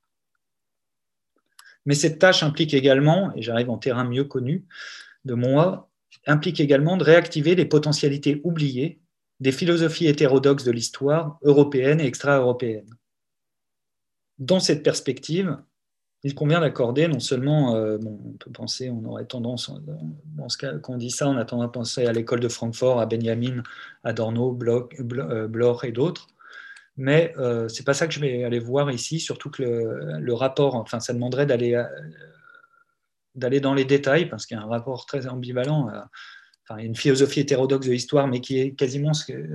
Mais cette tâche implique également, et j'arrive en terrain mieux connu de moi, implique également de réactiver les potentialités oubliées des philosophies hétérodoxes de l'histoire européenne et extra-européenne. Dans cette perspective, il convient d'accorder non seulement, on peut penser, on aurait tendance, dans ce cas, quand on dit ça, on a tendance à penser à l'école de Francfort, à Benjamin, Adorno, Bloch et d'autres, mais ce n'est pas ça que je vais aller voir ici, surtout que le rapport, enfin ça demanderait d'aller dans les détails, parce qu'il y a un rapport très ambivalent, enfin une philosophie hétérodoxe de l'histoire, mais qui est quasiment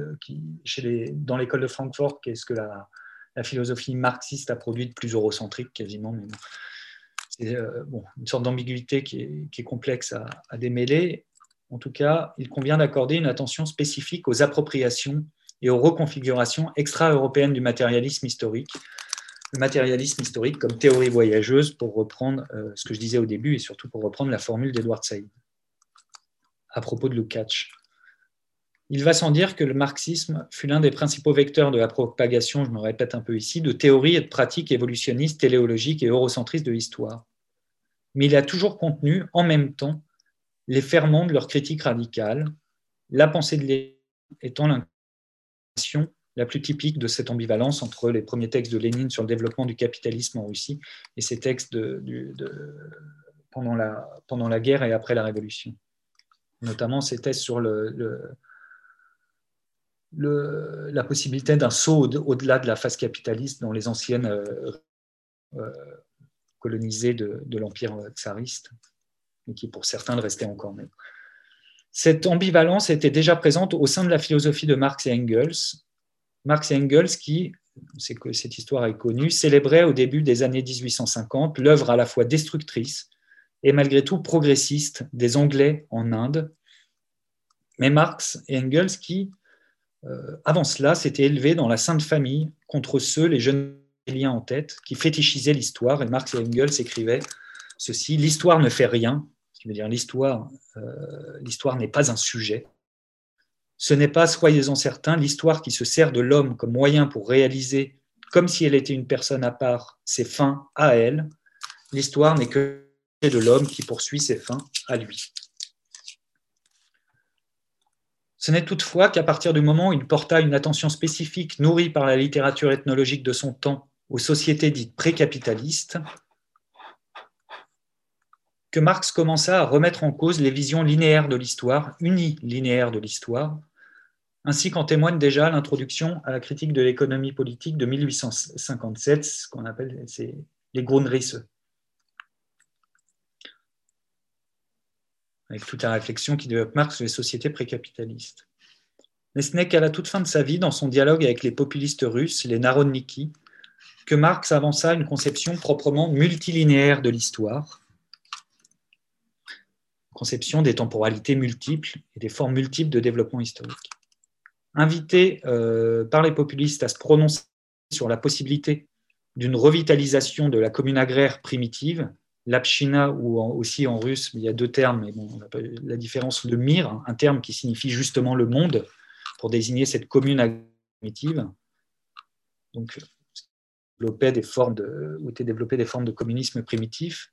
dans l'école de Francfort, qu'est-ce que la philosophie marxiste a produit de plus eurocentrique quasiment, mais bon. C'est une sorte d'ambiguïté qui est complexe à démêler. En tout cas, il convient d'accorder une attention spécifique aux appropriations et aux reconfigurations extra-européennes du matérialisme historique. Le matérialisme historique comme théorie voyageuse, pour reprendre ce que je disais au début, et surtout pour reprendre la formule d'Edward Said à propos de Lukács. Il va sans dire que le marxisme fut l'un des principaux vecteurs de la propagation, je me répète un peu ici, de théories et de pratiques évolutionnistes, téléologiques et eurocentristes de l'histoire. Mais il a toujours contenu, en même temps, les ferments de leur critique radicale, la pensée de Lénine étant l'incarnation la plus typique de cette ambivalence entre les premiers textes de Lénine sur le développement du capitalisme en Russie et ces textes pendant la guerre et après la Révolution. Notamment, c'était sur la possibilité d'un saut au-delà de la phase capitaliste dans les anciennes colonisées de l'Empire tsariste, et qui pour certains le restaient encore. Mais cette ambivalence était déjà présente au sein de la philosophie de Marx et Engels. Marx et Engels qui, c'est que cette histoire est connue, célébraient au début des années 1850 l'œuvre à la fois destructrice et malgré tout progressiste des Anglais en Inde. Mais Marx et Engels qui, avant cela, s'étaient élevés dans la Sainte Famille contre ceux, les jeunes liens en tête, qui fétichisaient l'histoire. Et Marx et Engels écrivaient ceci: l'histoire ne fait rien, ce qui veut dire l'histoire n'est pas un sujet. Ce n'est pas, soyez-en certains, l'histoire qui se sert de l'homme comme moyen pour réaliser, comme si elle était une personne à part, ses fins à elle. L'histoire n'est que de l'homme qui poursuit ses fins à lui. Ce n'est toutefois qu'à partir du moment où il porta une attention spécifique nourrie par la littérature ethnologique de son temps aux sociétés dites précapitalistes que Marx commença à remettre en cause les visions linéaires de l'histoire, unilinéaires de l'histoire, ainsi qu'en témoigne déjà l'introduction à la critique de l'économie politique de 1857, ce qu'on appelle les Grundrisse, avec toute la réflexion qui développe Marx sur les sociétés précapitalistes. Mais ce n'est qu'à la toute fin de sa vie, dans son dialogue avec les populistes russes, les Narodniki, que Marx avança une conception proprement multilinéaire de l'histoire, conception des temporalités multiples et des formes multiples de développement historique. Invité par les populistes à se prononcer sur la possibilité d'une revitalisation de la commune agraire primitive, l'apshina, ou aussi en russe, il y a deux termes, mais bon, la différence de mir, un terme qui signifie justement le monde, pour désigner cette commune agraire primitive. Donc, étaient développées des formes de communisme primitif.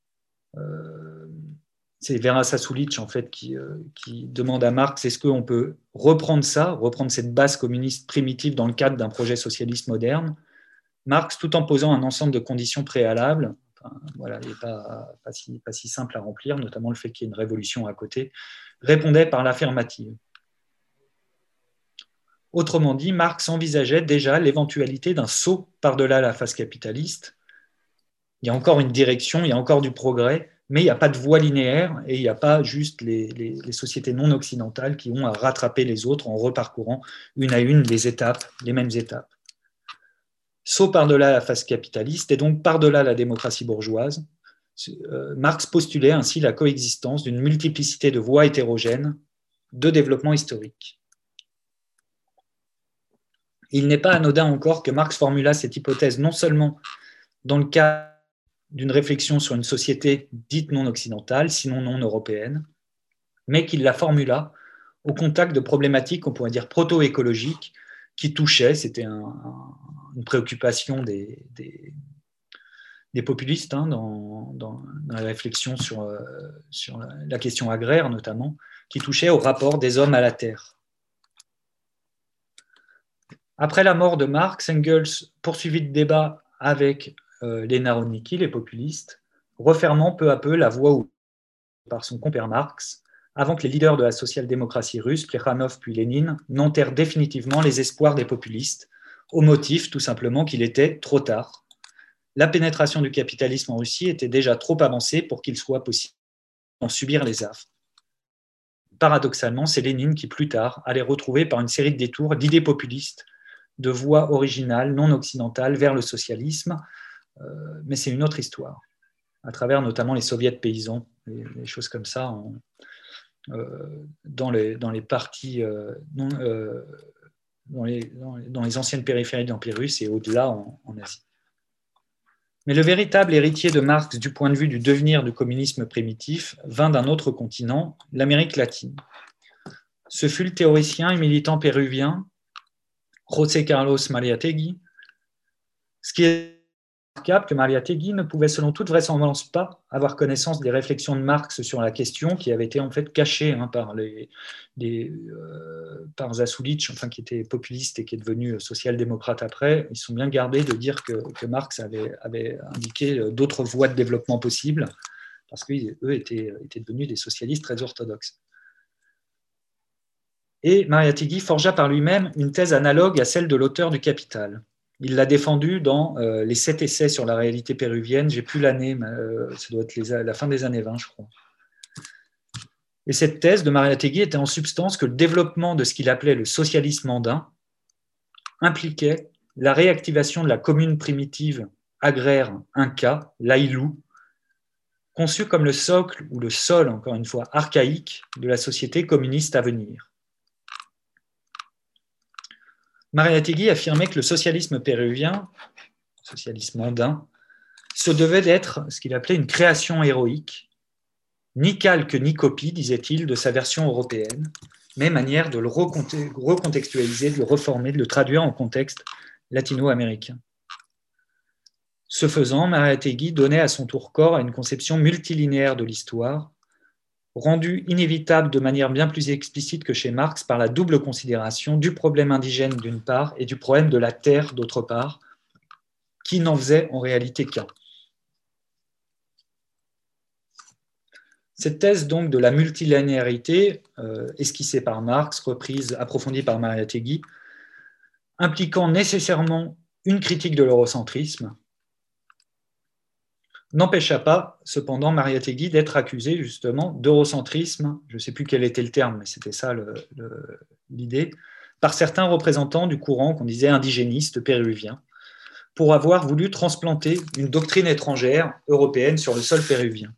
C'est Vera Sasulic, en fait, qui demande à Marx, est-ce qu'on peut reprendre cette base communiste primitive dans le cadre d'un projet socialiste moderne? Marx, tout en posant un ensemble de conditions préalables, voilà, il n'est pas si simple à remplir, notamment le fait qu'il y ait une révolution à côté, répondait par l'affirmative. Autrement dit, Marx envisageait déjà l'éventualité d'un saut par-delà la phase capitaliste. Il y a encore une direction, il y a encore du progrès, mais il n'y a pas de voie linéaire et il n'y a pas juste les sociétés non occidentales qui ont à rattraper les autres en reparcourant une à une les mêmes étapes. Saut par-delà la phase capitaliste et donc par-delà la démocratie bourgeoise, Marx postulait ainsi la coexistence d'une multiplicité de voies hétérogènes de développement historique. Il n'est pas anodin encore que Marx formula cette hypothèse non seulement dans le cadre d'une réflexion sur une société dite non occidentale, sinon non européenne, mais qu'il la formula au contact de problématiques, on pourrait dire proto-écologiques, qui touchaient, c'était une préoccupation des populistes dans la réflexion sur la question agraire notamment, qui touchait au rapport des hommes à la terre. Après la mort de Marx, Engels poursuivit le débat avec les Narodniki, les populistes, refermant peu à peu la voie ouverte par son compère Marx, avant que les leaders de la social-démocratie russe, Plekhanov puis Lénine, n'enterrent définitivement les espoirs des populistes, au motif tout simplement qu'il était trop tard. La pénétration du capitalisme en Russie était déjà trop avancée pour qu'il soit possible d'en subir les affres. Paradoxalement, c'est Lénine qui, plus tard, allait retrouver par une série de détours d'idées populistes, de voies originales, non occidentales, vers le socialisme, mais c'est une autre histoire, à travers notamment les soviets paysans, les choses comme ça, dans les parties, dans les anciennes périphéries de l'Empire russe et au-delà en Asie. Mais le véritable héritier de Marx du point de vue du devenir du communisme primitif vint d'un autre continent, l'Amérique latine. Ce fut le théoricien et militant péruvien José Carlos Mariátegui, ce qui est remarquable que Mariátegui ne pouvait selon toute vraisemblance pas avoir connaissance des réflexions de Marx sur la question qui avaient été en fait cachées par Zasoulich, enfin, qui était populiste et qui est devenu social-démocrate après. Ils sont bien gardés de dire que Marx avait indiqué d'autres voies de développement possibles, parce qu'eux étaient devenus des socialistes très orthodoxes. Et Mariátegui forgea par lui-même une thèse analogue à celle de l'auteur du Capital. Il l'a défendue dans les 7 essais sur la réalité péruvienne. J'ai plus l'année, mais ça doit être la fin des années 20, je crois. Et cette thèse de Mariátegui était en substance que le développement de ce qu'il appelait le socialisme andin impliquait la réactivation de la commune primitive agraire inca, l'Aïlou, conçue comme le socle ou le sol, encore une fois, archaïque de la société communiste à venir. Mariátegui affirmait que le socialisme péruvien, le socialisme andin, se devait d'être ce qu'il appelait une création héroïque, ni calque ni copie, disait-il, de sa version européenne, mais manière de le recontextualiser, de le reformer, de le traduire en contexte latino-américain. Ce faisant, Mariátegui donnait à son tour corps à une conception multilinéaire de l'histoire, rendue inévitable de manière bien plus explicite que chez Marx par la double considération du problème indigène d'une part et du problème de la terre d'autre part, qui n'en faisait en réalité qu'un. Cette thèse donc de la multilinéarité, esquissée par Marx, reprise, approfondie par Mariátegui, impliquant nécessairement une critique de l'eurocentrisme, n'empêcha pas, cependant, Mariátegui d'être accusé justement d'eurocentrisme, je ne sais plus quel était le terme, mais c'était ça l'idée, par certains représentants du courant qu'on disait indigéniste péruvien, pour avoir voulu transplanter une doctrine étrangère européenne sur le sol péruvien.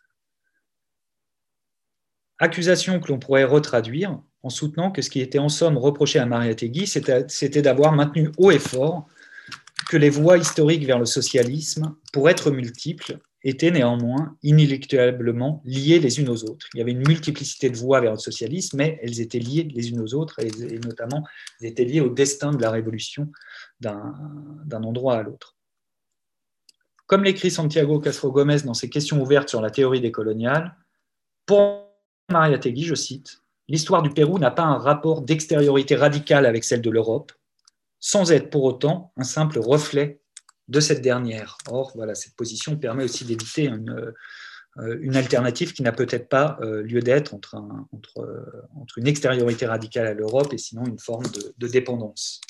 Accusation que l'on pourrait retraduire en soutenant que ce qui était en somme reproché à Mariátegui, c'était d'avoir maintenu haut et fort que les voies historiques vers le socialisme, pour être multiples, étaient néanmoins inéluctablement liées les unes aux autres. Il y avait une multiplicité de voies vers le socialisme, mais elles étaient liées les unes aux autres, et notamment, elles étaient liées au destin de la révolution d'un endroit à l'autre. Comme l'écrit Santiago Castro Gómez dans ses questions ouvertes sur la théorie décoloniale, pour Mariátegui, je cite, « L'histoire du Pérou n'a pas un rapport d'extériorité radicale avec celle de l'Europe, sans être pour autant un simple reflet de cette dernière. » Or, voilà, cette position permet aussi d'éviter une alternative qui n'a peut-être pas lieu d'être entre une extériorité radicale à l'Europe et sinon une forme de dépendance.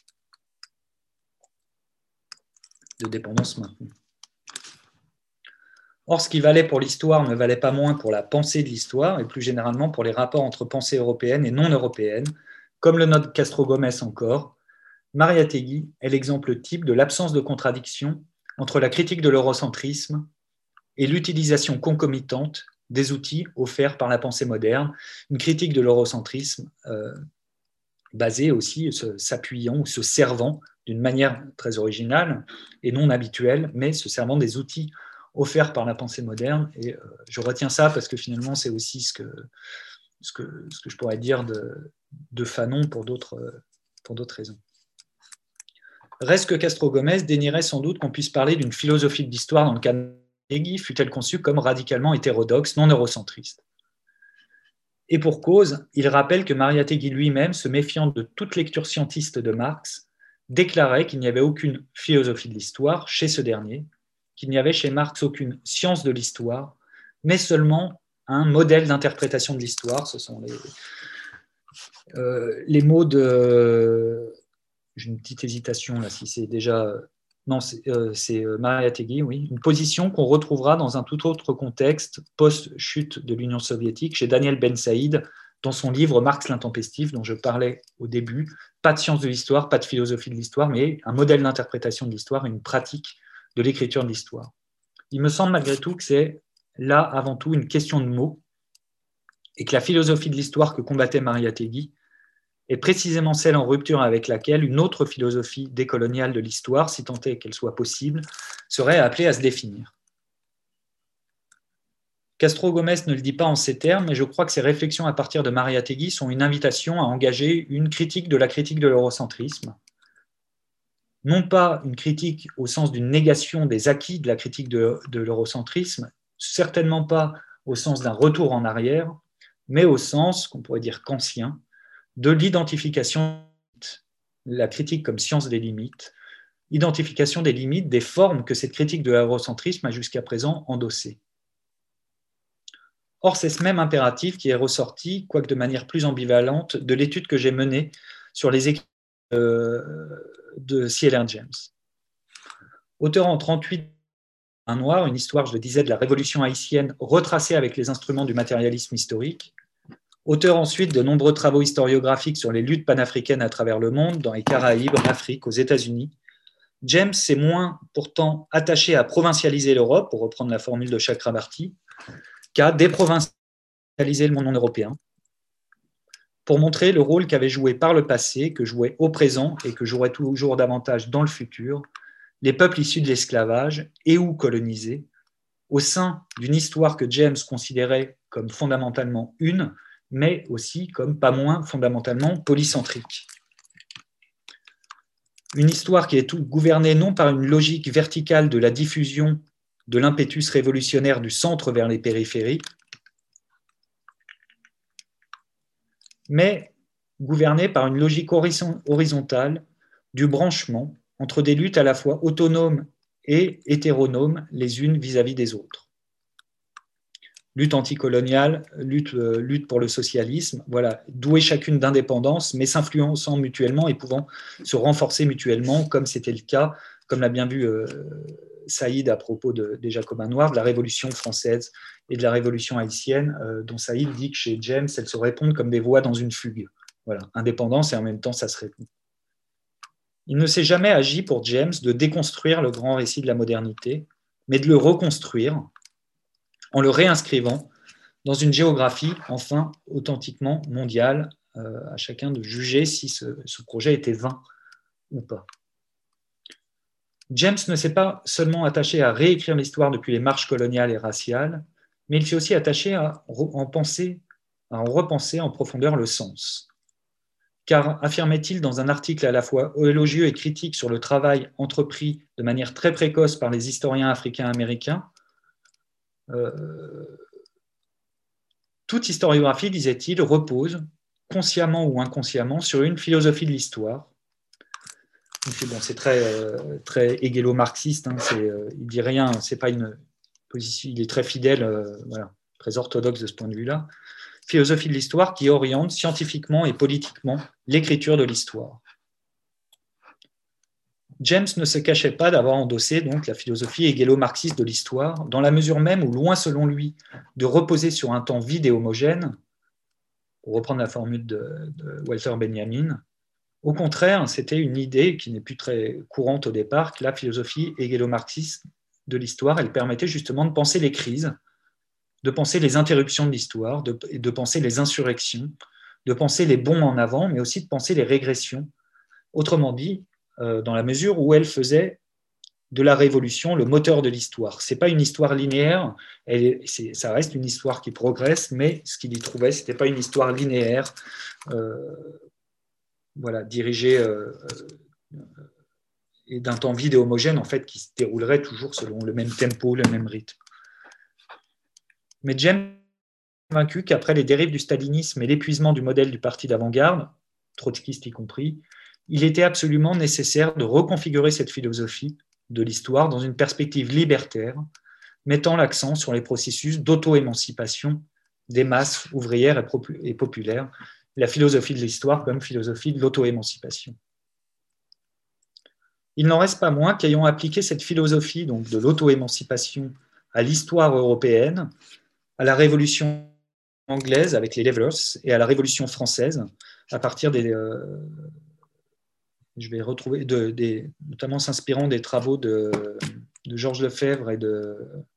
De dépendance maintenue. Or, ce qui valait pour l'histoire ne valait pas moins pour la pensée de l'histoire et plus généralement pour les rapports entre pensée européenne et non européenne, comme le note Castro Gómez encore. Mariátegui est l'exemple type de l'absence de contradiction entre la critique de l'eurocentrisme et l'utilisation concomitante des outils offerts par la pensée moderne, une critique de l'eurocentrisme basée aussi, s'appuyant ou se servant d'une manière très originale et non habituelle, mais se servant des outils offerts par la pensée moderne. Et je retiens ça parce que finalement, c'est aussi ce que je pourrais dire de Fanon pour d'autres raisons. Reste que Castro Gómez dénierait sans doute qu'on puisse parler d'une philosophie de l'histoire dans le cas de Mariátegui, fut-elle conçue comme radicalement hétérodoxe, non eurocentriste. Et pour cause, il rappelle que Mariátegui lui-même, se méfiant de toute lecture scientiste de Marx, déclarait qu'il n'y avait aucune philosophie de l'histoire chez ce dernier, qu'il n'y avait chez Marx aucune science de l'histoire, mais seulement un modèle d'interprétation de l'histoire. Ce sont les mots de... J'ai une petite hésitation là, si c'est déjà... Non, c'est Mariátegui, oui. Une position qu'on retrouvera dans un tout autre contexte, post-chute de l'Union soviétique, chez Daniel Ben Saïd, dans son livre Marx l'intempestif, dont je parlais au début. Pas de science de l'histoire, pas de philosophie de l'histoire, mais un modèle d'interprétation de l'histoire, une pratique de l'écriture de l'histoire. Il me semble malgré tout que c'est là, avant tout, une question de mots, et que la philosophie de l'histoire que combattait Mariátegui est précisément celle en rupture avec laquelle une autre philosophie décoloniale de l'histoire, si tant est qu'elle soit possible, serait appelée à se définir. Castro Gómez ne le dit pas en ces termes, mais je crois que ses réflexions à partir de Mariátegui sont une invitation à engager une critique de l'eurocentrisme. Non pas une critique au sens d'une négation des acquis de la critique de l'eurocentrisme, certainement pas au sens d'un retour en arrière, mais au sens, qu'on pourrait dire kantien, de l'identification, la critique comme science des limites, identification des limites, des formes que cette critique de l'eurocentrisme a jusqu'à présent endossées. Or, c'est ce même impératif qui est ressorti, quoique de manière plus ambivalente, de l'étude que j'ai menée sur les écrits de C.L.R. James. Auteur en 1938 Un noir, une histoire, je le disais, de la révolution haïtienne retracée avec les instruments du matérialisme historique. Auteur ensuite de nombreux travaux historiographiques sur les luttes panafricaines à travers le monde, dans les Caraïbes, en Afrique, aux États-Unis. James s'est moins pourtant attaché à provincialiser l'Europe, pour reprendre la formule de Chakrabarty, qu'à déprovincialiser le monde européen, pour montrer le rôle qu'avait joué par le passé, que jouait au présent et que jouerait toujours davantage dans le futur, les peuples issus de l'esclavage et ou colonisés, au sein d'une histoire que James considérait comme fondamentalement une, mais aussi comme pas moins fondamentalement polycentrique. Une histoire qui est gouvernée non par une logique verticale de la diffusion de l'impétus révolutionnaire du centre vers les périphéries, mais gouvernée par une logique horizontale du branchement entre des luttes à la fois autonomes et hétéronomes les unes vis-à-vis des autres. Lutte anticoloniale, lutte pour le socialisme, voilà, douées chacune d'indépendance, mais s'influençant mutuellement et pouvant se renforcer mutuellement, comme c'était le cas, comme l'a bien vu Saïd à propos des Jacobins noirs, de la Révolution française et de la Révolution haïtienne, dont Saïd dit que chez James, elles se répondent comme des voix dans une fugue. Voilà, indépendance et en même temps, ça se répond. Il ne s'est jamais agi pour James de déconstruire le grand récit de la modernité, mais de le reconstruire en le réinscrivant dans une géographie enfin authentiquement mondiale, à chacun de juger si ce projet était vain ou pas. James ne s'est pas seulement attaché à réécrire l'histoire depuis les marches coloniales et raciales, mais il s'est aussi attaché à en repenser en profondeur le sens. Car, affirmait-il dans un article à la fois élogieux et critique sur le travail entrepris de manière très précoce par les historiens africains-américains, toute historiographie, disait-il, repose, consciemment ou inconsciemment, sur une philosophie de l'histoire. Bon, c'est très hégélo-marxiste, hein, il dit rien, c'est pas une position, il est très fidèle, voilà, très orthodoxe de ce point de vue-là. Philosophie de l'histoire qui oriente scientifiquement et politiquement l'écriture de l'histoire. James ne se cachait pas d'avoir endossé donc la philosophie hégélo-marxiste de l'histoire, dans la mesure même où, loin selon lui, de reposer sur un temps vide et homogène, pour reprendre la formule de Walter Benjamin, au contraire, c'était une idée qui n'est plus très courante au départ, que la philosophie hégélo-marxiste de l'histoire, elle permettait justement de penser les crises, de penser les interruptions de l'histoire, de penser les insurrections, de penser les bonds en avant, mais aussi de penser les régressions. Autrement dit, dans la mesure où elle faisait de la révolution le moteur de l'histoire. Ce n'est pas une histoire linéaire, ça reste une histoire qui progresse, mais ce qu'il y trouvait, ce n'était pas une histoire linéaire, voilà, dirigée et d'un temps vide et homogène, en fait, qui se déroulerait toujours selon le même tempo, le même rythme. Mais James est convaincu qu'après les dérives du stalinisme et l'épuisement du modèle du parti d'avant-garde, trotskiste y compris, il était absolument nécessaire de reconfigurer cette philosophie de l'histoire dans une perspective libertaire, mettant l'accent sur les processus d'auto-émancipation des masses ouvrières et populaires, la philosophie de l'histoire comme philosophie de l'auto-émancipation. Il n'en reste pas moins qu'ayant appliqué cette philosophie donc, de l'auto-émancipation à l'histoire européenne, à la Révolution anglaise avec les Levelers et à la Révolution française, à partir des... je vais retrouver, notamment s'inspirant des travaux de Georges Lefebvre et de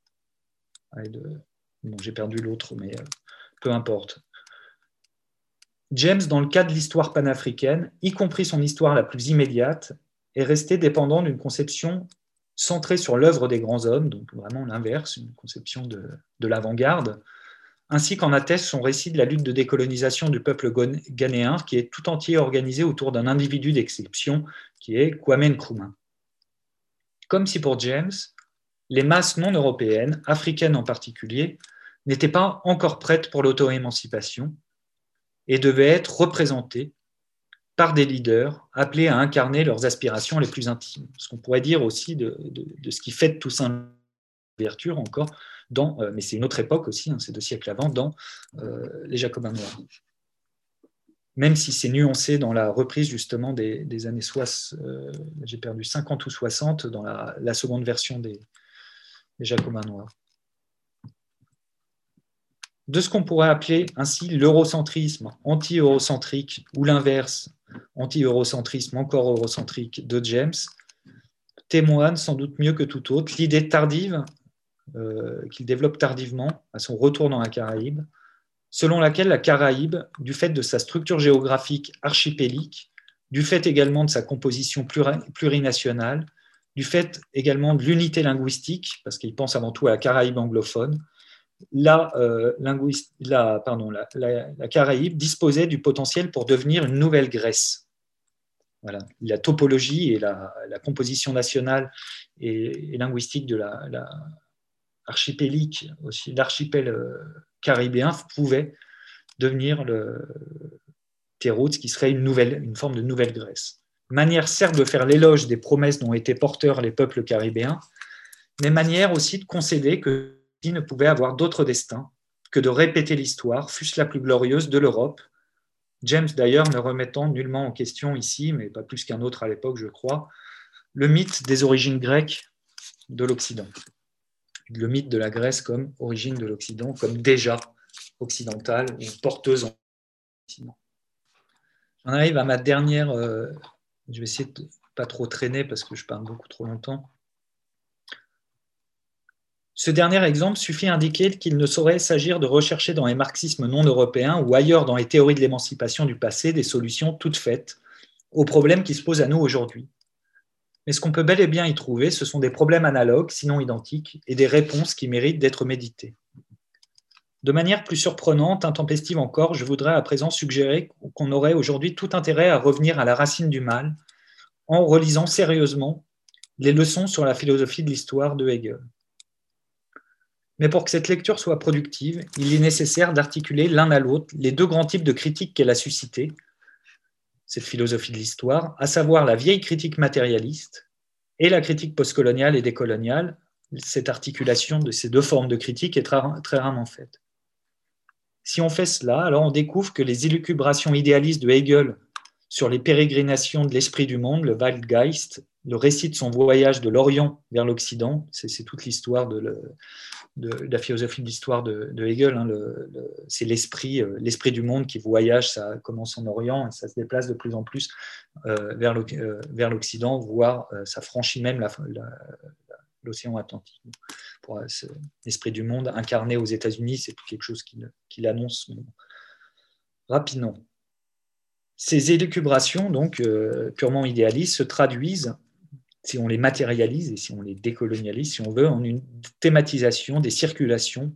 bon, j'ai perdu l'autre, mais peu importe. James, dans le cas de l'histoire panafricaine, y compris son histoire la plus immédiate, est resté dépendant d'une conception centrée sur l'œuvre des grands hommes, donc vraiment l'inverse, une conception de l'avant-garde, ainsi qu'en atteste son récit de la lutte de décolonisation du peuple ghanéen, qui est tout entier organisé autour d'un individu d'exception, qui est Kwame Nkrumah. Comme si pour James, les masses non européennes, africaines en particulier, n'étaient pas encore prêtes pour l'auto-émancipation et devaient être représentées par des leaders appelés à incarner leurs aspirations les plus intimes. Ce qu'on pourrait dire aussi de ce qui fait de Toussaint l'ouverture encore, mais c'est une autre époque aussi, hein, c'est 2 siècles avant, dans les Jacobins noirs. Même si c'est nuancé dans la reprise justement des années 60, j'ai perdu 50 ou 60, dans la seconde version des Jacobins noirs. De ce qu'on pourrait appeler ainsi l'eurocentrisme anti-eurocentrique ou l'inverse, anti-eurocentrisme encore eurocentrique de James, témoigne sans doute mieux que tout autre l'idée tardive qu'il développe tardivement à son retour dans la Caraïbe, selon laquelle la Caraïbe, du fait de sa structure géographique archipélique, du fait également de sa composition plurinationale, du fait également de l'unité linguistique, parce qu'il pense avant tout à la Caraïbe anglophone, la Caraïbe disposait du potentiel pour devenir une nouvelle Grèce. Voilà. La topologie et la composition nationale et linguistique de l'archipélique, aussi l'archipel caribéen, pouvait devenir le terreau de ce qui serait une forme de nouvelle Grèce. Manière certes de faire l'éloge des promesses dont étaient porteurs les peuples caribéens, mais manière aussi de concéder que ne pouvait avoir d'autre destin que de répéter l'histoire, fût-ce la plus glorieuse de l'Europe. James, d'ailleurs, ne remettant nullement en question ici, mais pas plus qu'un autre à l'époque, je crois, le mythe des origines grecques de l'Occident. Le mythe de la Grèce comme origine de l'Occident, comme déjà occidentale ou porteuse en Occident. J'en arrive à ma dernière... je vais essayer de ne pas trop traîner parce que je parle beaucoup trop longtemps. Ce dernier exemple suffit à indiquer qu'il ne saurait s'agir de rechercher dans les marxismes non européens ou ailleurs dans les théories de l'émancipation du passé des solutions toutes faites aux problèmes qui se posent à nous aujourd'hui. Mais ce qu'on peut bel et bien y trouver, ce sont des problèmes analogues, sinon identiques, et des réponses qui méritent d'être méditées. De manière plus surprenante, intempestive encore, je voudrais à présent suggérer qu'on aurait aujourd'hui tout intérêt à revenir à la racine du mal en relisant sérieusement les leçons sur la philosophie de l'histoire de Hegel. Mais pour que cette lecture soit productive, il est nécessaire d'articuler l'un à l'autre les 2 grands types de critiques qu'elle a suscitées, cette philosophie de l'histoire, à savoir la vieille critique matérialiste et la critique postcoloniale et décoloniale. Cette articulation de ces 2 formes de critique est très rarement faite. Si on fait cela, alors on découvre que les élucubrations idéalistes de Hegel sur les pérégrinations de l'esprit du monde, le Weltgeist, le récit de son voyage de l'Orient vers l'Occident, c'est toute l'histoire de la philosophie de l'histoire de Hegel, hein, c'est l'esprit du monde qui voyage, ça commence en Orient et ça se déplace de plus en plus vers l'Occident, voire ça franchit même l'océan Atlantique. Pour l'esprit du monde incarné aux États-Unis, c'est quelque chose qu'il annonce rapidement. Ces élucubrations, donc purement idéalistes, se traduisent, si on les matérialise et si on les décolonialise, si on veut, en une thématisation des circulations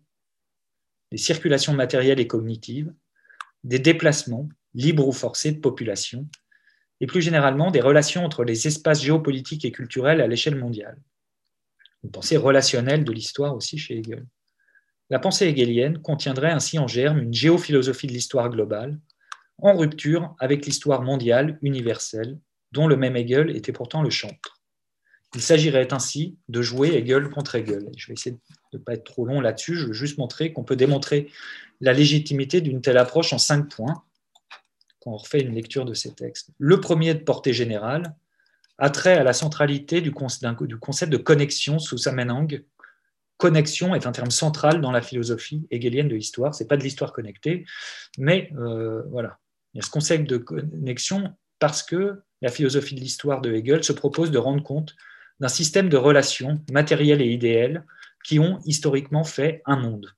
matérielles et cognitives, des déplacements, libres ou forcés, de population, et plus généralement des relations entre les espaces géopolitiques et culturels à l'échelle mondiale. Une pensée relationnelle de l'histoire aussi chez Hegel. La pensée hegelienne contiendrait ainsi en germe une géophilosophie de l'histoire globale, en rupture avec l'histoire mondiale universelle, dont le même Hegel était pourtant le chantre. Il s'agirait ainsi de jouer Hegel contre Hegel. Je vais essayer de ne pas être trop long là-dessus, je veux juste montrer qu'on peut démontrer la légitimité d'une telle approche en 5 points, quand on refait une lecture de ces textes. Le premier de portée générale a trait à la centralité du concept de connexion sous Samenhang. Connexion est un terme central dans la philosophie hegelienne de l'histoire. Ce n'est pas de l'histoire connectée, mais voilà. Il y a ce concept de connexion parce que la philosophie de l'histoire de Hegel se propose de rendre compte d'un système de relations matérielles et idéales qui ont historiquement fait un monde.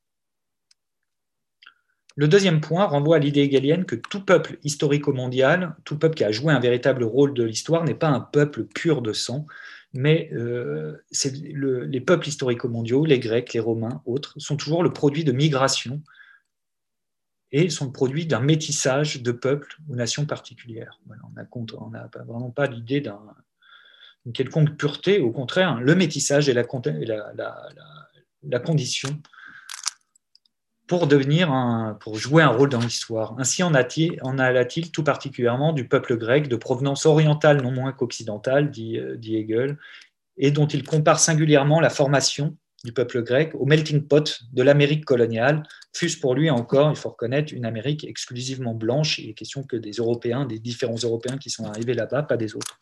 Le deuxième point renvoie à l'idée hegelienne que tout peuple historico-mondial, tout peuple qui a joué un véritable rôle de l'histoire, n'est pas un peuple pur de sang, mais les peuples historico-mondiaux, les Grecs, les Romains, autres, sont toujours le produit de migrations et sont le produit d'un métissage de peuples ou nations particulières. Voilà, on n'a vraiment pas l'idée d'une quelconque pureté, au contraire, le métissage est la condition pour jouer un rôle dans l'histoire. Ainsi en alla-t-il tout particulièrement du peuple grec de provenance orientale non moins qu'occidentale, dit Hegel, et dont il compare singulièrement la formation du peuple grec au melting pot de l'Amérique coloniale, fût-ce pour lui encore, il faut reconnaître, une Amérique exclusivement blanche. Il est question que des Européens, des différents Européens qui sont arrivés là-bas, pas des autres.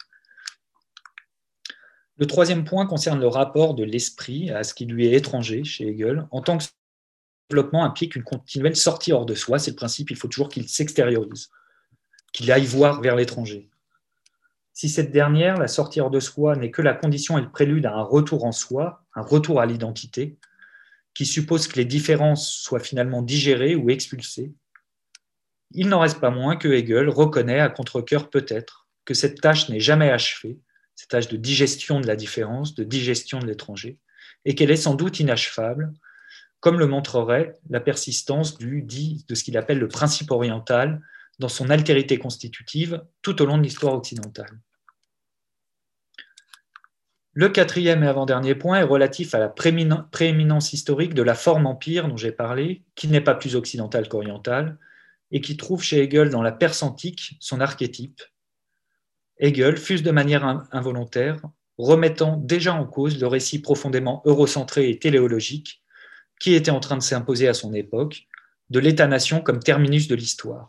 Le troisième point concerne le rapport de l'esprit à ce qui lui est étranger chez Hegel, en tant que développement implique une continuelle sortie hors de soi. C'est le principe, il faut toujours qu'il s'extériorise, qu'il aille voir vers l'étranger. Si cette dernière, la sortie hors de soi, n'est que la condition et le prélude à un retour en soi, un retour à l'identité, qui suppose que les différences soient finalement digérées ou expulsées, il n'en reste pas moins que Hegel reconnaît à contre-cœur peut-être que cette tâche n'est jamais achevée, cette tâche de digestion de la différence, de digestion de l'étranger, et qu'elle est sans doute inachevable, comme le montrerait la persistance de ce qu'il appelle le principe oriental dans son altérité constitutive tout au long de l'histoire occidentale. Le quatrième et avant-dernier point est relatif à la prééminence historique de la forme empire dont j'ai parlé, qui n'est pas plus occidentale qu'orientale, et qui trouve chez Hegel dans la Perse antique son archétype. Hegel, fût-ce de manière involontaire, remettant déjà en cause le récit profondément eurocentré et téléologique qui était en train de s'imposer à son époque, de l'État-nation comme terminus de l'histoire.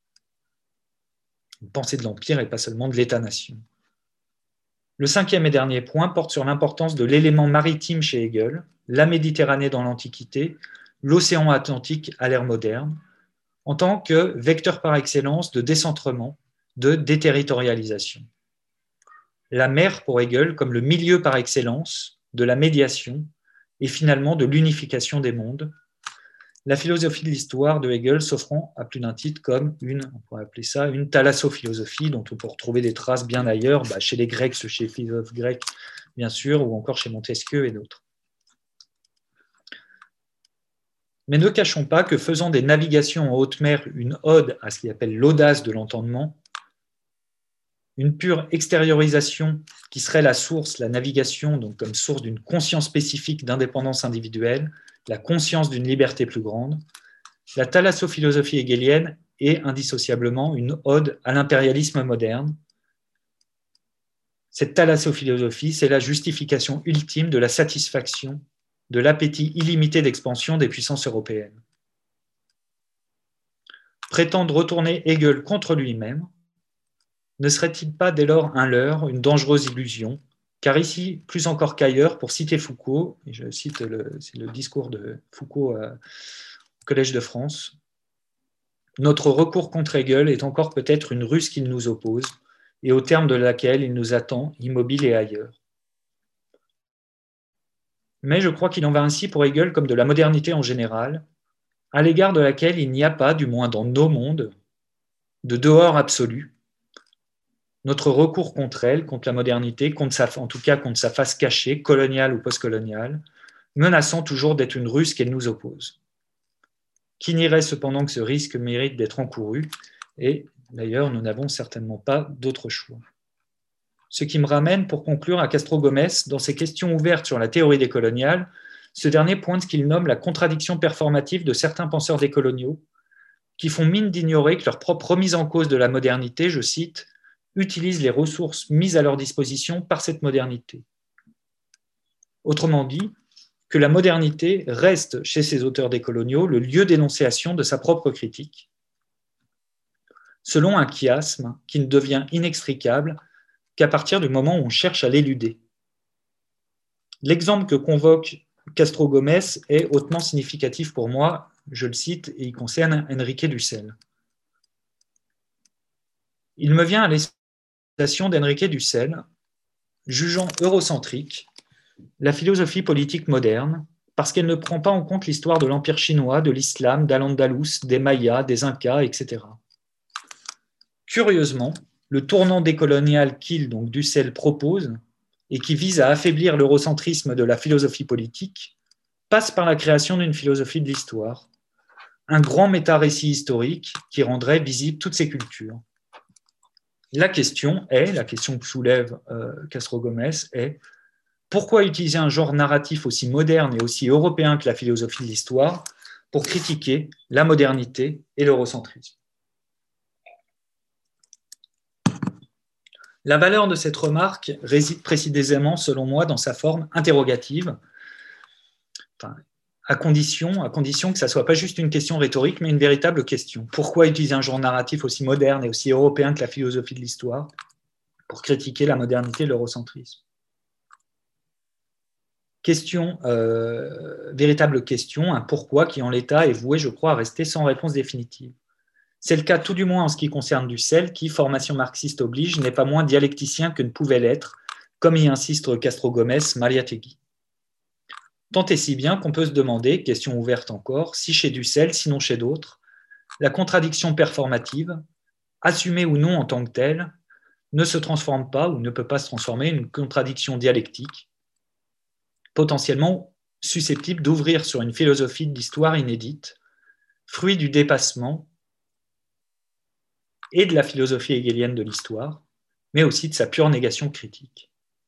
Une pensée de l'Empire et pas seulement de l'État-nation. Le cinquième et dernier point porte sur l'importance de l'élément maritime chez Hegel, la Méditerranée dans l'Antiquité, l'océan Atlantique à l'ère moderne, en tant que vecteur par excellence de décentrement, de déterritorialisation. La mer pour Hegel comme le milieu par excellence de la médiation et finalement de l'unification des mondes, la philosophie de l'histoire de Hegel s'offrant à plus d'un titre comme on pourrait appeler ça une thalassophilosophie, dont on peut retrouver des traces bien ailleurs, chez les Grecs, chez les philosophes grecs, bien sûr, ou encore chez Montesquieu et d'autres. Mais ne cachons pas que faisant des navigations en haute mer une ode à ce qu'il appelle l'audace de l'entendement, une pure extériorisation qui serait la source, la navigation, donc comme source d'une conscience spécifique d'indépendance individuelle, la conscience d'une liberté plus grande, la thalassophilosophie hegelienne est indissociablement une ode à l'impérialisme moderne. Cette thalassophilosophie, c'est la justification ultime de la satisfaction de l'appétit illimité d'expansion des puissances européennes. Prétendre retourner Hegel contre lui-même, ne serait-il pas dès lors un leurre, une dangereuse illusion? Car ici, plus encore qu'ailleurs, pour citer Foucault, et je cite c'est le discours de Foucault au Collège de France, notre recours contre Hegel est encore peut-être une ruse qu'il nous oppose, et au terme de laquelle il nous attend, immobile et ailleurs. Mais je crois qu'il en va ainsi pour Hegel comme de la modernité en général, à l'égard de laquelle il n'y a pas, du moins dans nos mondes, de dehors absolu. Notre recours contre elle, contre la modernité, en tout cas contre sa face cachée, coloniale ou postcoloniale, menaçant toujours d'être une ruse qu'elle nous oppose. Qui nierait cependant que ce risque mérite d'être encouru, et d'ailleurs nous n'avons certainement pas d'autre choix. Ce qui me ramène pour conclure à Castro Gomes, dans ses questions ouvertes sur la théorie des coloniales, ce dernier pointe ce qu'il nomme la contradiction performative de certains penseurs décoloniaux, qui font mine d'ignorer que leur propre remise en cause de la modernité, je cite, utilisent les ressources mises à leur disposition par cette modernité. Autrement dit, que la modernité reste, chez ces auteurs décoloniaux, le lieu d'énonciation de sa propre critique, selon un chiasme qui ne devient inextricable qu'à partir du moment où on cherche à l'éluder. L'exemple que convoque Castro Gomes est hautement significatif pour moi, je le cite, et il concerne Enrique Dussel. Il me vient à l'esprit d'Enrique Dussel, jugeant eurocentrique la philosophie politique moderne parce qu'elle ne prend pas en compte l'histoire de l'Empire chinois, de l'islam, d'Al-Andalus, des Mayas, des Incas, etc. Curieusement, le tournant décolonial qu'il, donc Dussel, propose et qui vise à affaiblir l'eurocentrisme de la philosophie politique passe par la création d'une philosophie de l'histoire, un grand méta-récit historique qui rendrait visible toutes ces cultures. La question que soulève Castro Gomes est pourquoi utiliser un genre narratif aussi moderne et aussi européen que la philosophie de l'histoire pour critiquer la modernité et l'eurocentrisme? La valeur de cette remarque réside précisément, selon moi, dans sa forme interrogative, enfin, à condition que ça ne soit pas juste une question rhétorique, mais une véritable question. Pourquoi utiliser un genre narratif aussi moderne et aussi européen que la philosophie de l'histoire pour critiquer la modernité et l'eurocentrisme? Véritable question, un pourquoi qui en l'état est voué, je crois, à rester sans réponse définitive. C'est le cas tout du moins en ce qui concerne Dussel, qui, formation marxiste oblige, n'est pas moins dialecticien que ne pouvait l'être, comme y insiste Castro Gomes, Mariátegui. Tant et si bien qu'on peut se demander, question ouverte encore, si chez Dussel, sinon chez d'autres, la contradiction performative, assumée ou non en tant que telle, ne se transforme pas ou ne peut pas se transformer en une contradiction dialectique, potentiellement susceptible d'ouvrir sur une philosophie de l'histoire inédite, fruit du dépassement et de la philosophie hegelienne de l'histoire, mais aussi de sa pure négation critique.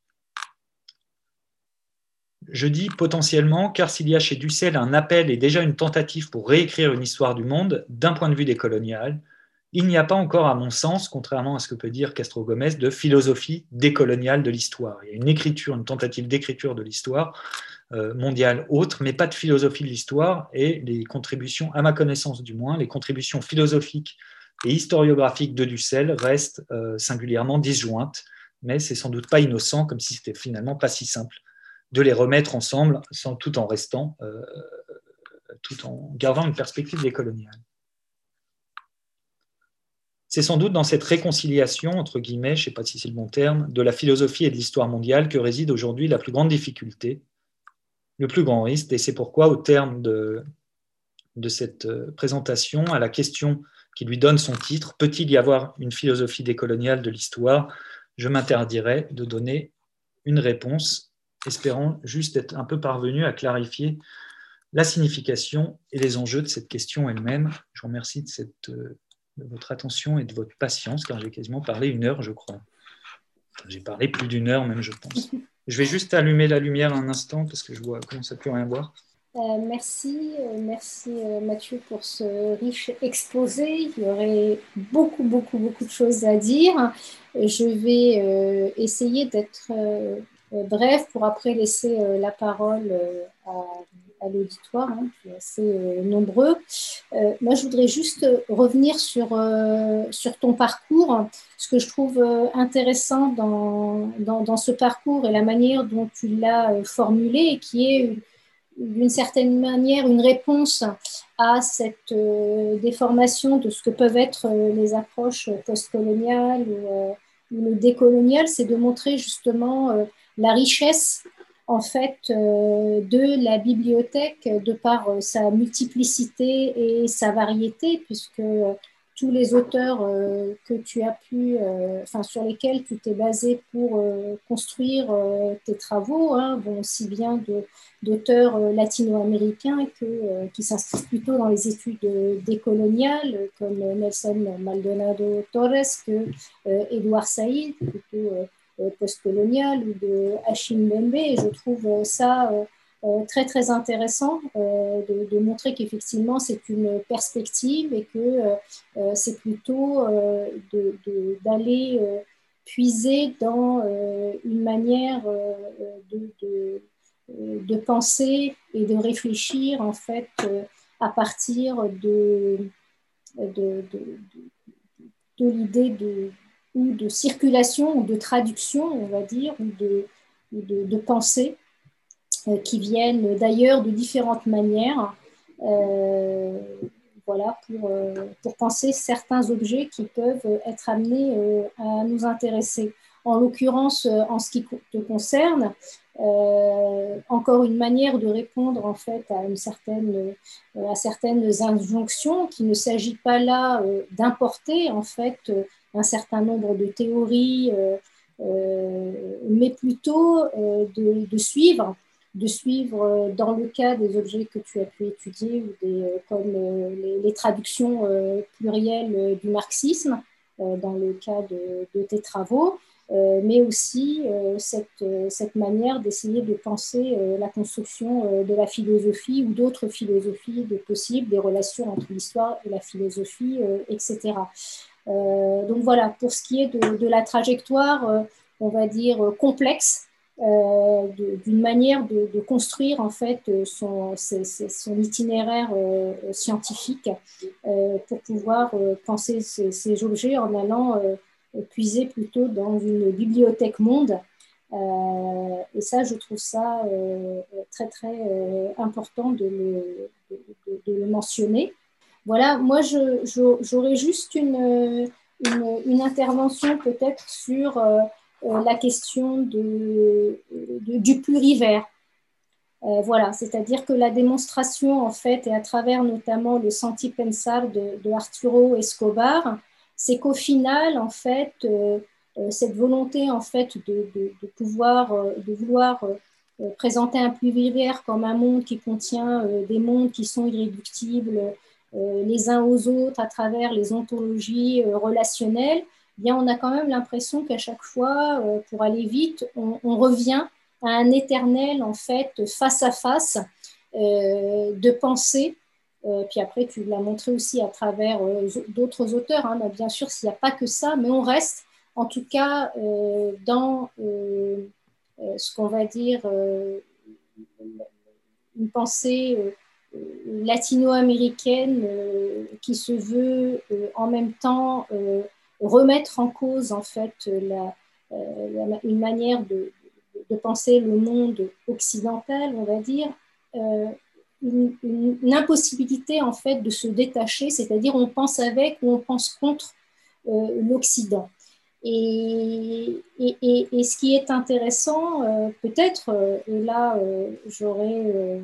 Je dis potentiellement, car s'il y a chez Dussel un appel et déjà une tentative pour réécrire une histoire du monde d'un point de vue décolonial, il n'y a pas encore, à mon sens, contrairement à ce que peut dire Castro Gomes, de philosophie décoloniale de l'histoire. Il y a une écriture, une tentative d'écriture de l'histoire mondiale autre, mais pas de philosophie de l'histoire, et les contributions, à ma connaissance du moins, les contributions philosophiques et historiographiques de Dussel restent singulièrement disjointes, mais c'est sans doute pas innocent, comme si c'était finalement pas si simple de les remettre ensemble tout en gardant une perspective décoloniale. C'est sans doute dans cette réconciliation, entre guillemets, je ne sais pas si c'est le bon terme, de la philosophie et de l'histoire mondiale que réside aujourd'hui la plus grande difficulté, le plus grand risque, et c'est pourquoi, au terme de cette présentation, à la question qui lui donne son titre, peut-il y avoir une philosophie décoloniale de l'histoire, je m'interdirai de donner une réponse, espérant juste être un peu parvenu à clarifier la signification et les enjeux de cette question elle-même. Je vous remercie de votre attention et de votre patience, car j'ai quasiment parlé 1 heure, je crois. J'ai parlé plus d'1 heure même, je pense. Je vais juste allumer la lumière un instant, parce que je vois, commence à plus rien voir. Merci Mathieu pour ce riche exposé. Il y aurait beaucoup de choses à dire. Je vais essayer d'être bref pour après laisser la parole à l'auditoire, hein, qui est assez nombreux. Moi, je voudrais juste revenir sur ton parcours. Ce que je trouve intéressant dans ce parcours et la manière dont tu l'as formulé, qui est d'une certaine manière une réponse à cette déformation de ce que peuvent être les approches postcoloniales ou décoloniales, c'est de montrer justement la richesse en fait de la bibliothèque de par sa multiplicité et sa variété, puisque tous les auteurs que tu as sur lesquels tu t'es basé pour construire tes travaux, hein, vont aussi bien d'auteurs latino-américains qui s'inscrivent plutôt dans les études décoloniales, comme Nelson Maldonado Torres, que Edouard Saïd, plutôt postcolonial, ou de Achille Mbembe. Et je trouve ça très intéressant de montrer qu'effectivement c'est une perspective et que c'est plutôt d'aller puiser dans une manière de penser et de réfléchir en fait à partir de l'idée de circulation ou de traduction, on va dire, ou de pensée qui viennent d'ailleurs de différentes manières, voilà, pour penser certains objets qui peuvent être amenés à nous intéresser. En l'occurrence, en ce qui te concerne, encore une manière de répondre en fait à certaines injonctions, qu'il ne s'agit pas là d'importer en fait un certain nombre de théories, mais plutôt de suivre dans le cas des objets que tu as pu étudier, comme les traductions plurielles du marxisme, dans le cas de tes travaux, mais aussi cette manière d'essayer de penser la construction de la philosophie ou d'autres philosophies de possibles, des relations entre l'histoire et la philosophie, etc. Donc voilà, pour ce qui est de la trajectoire, on va dire complexe, d'une manière de construire en fait son itinéraire scientifique pour pouvoir penser ces objets en allant puiser plutôt dans une bibliothèque monde. Et ça, je trouve ça très très important de le mentionner. Voilà, moi j'aurais juste une intervention peut-être sur la question du plurivers. Voilà, c'est-à-dire que la démonstration, en fait, et à travers notamment le Senti Pensar de Arturo Escobar, c'est qu'au final, en fait, cette volonté, en fait, de pouvoir, de vouloir présenter un plurivers comme un monde qui contient des mondes qui sont irréductibles les uns aux autres à travers les ontologies relationnelles, eh bien, on a quand même l'impression qu'à chaque fois, pour aller vite, on revient à un éternel, en fait, face à face de pensée. Puis après, tu l'as montré aussi à travers d'autres auteurs. Hein, bien sûr, s'il n'y a pas que ça, mais on reste, en tout cas, dans ce qu'on va dire une pensée latino-américaine qui se veut en même temps remettre en cause, en fait, une manière de penser le monde occidental, on va dire, une impossibilité en fait de se détacher, c'est-à-dire on pense avec ou on pense contre l'Occident. Et ce qui est intéressant, peut-être, et là j'aurais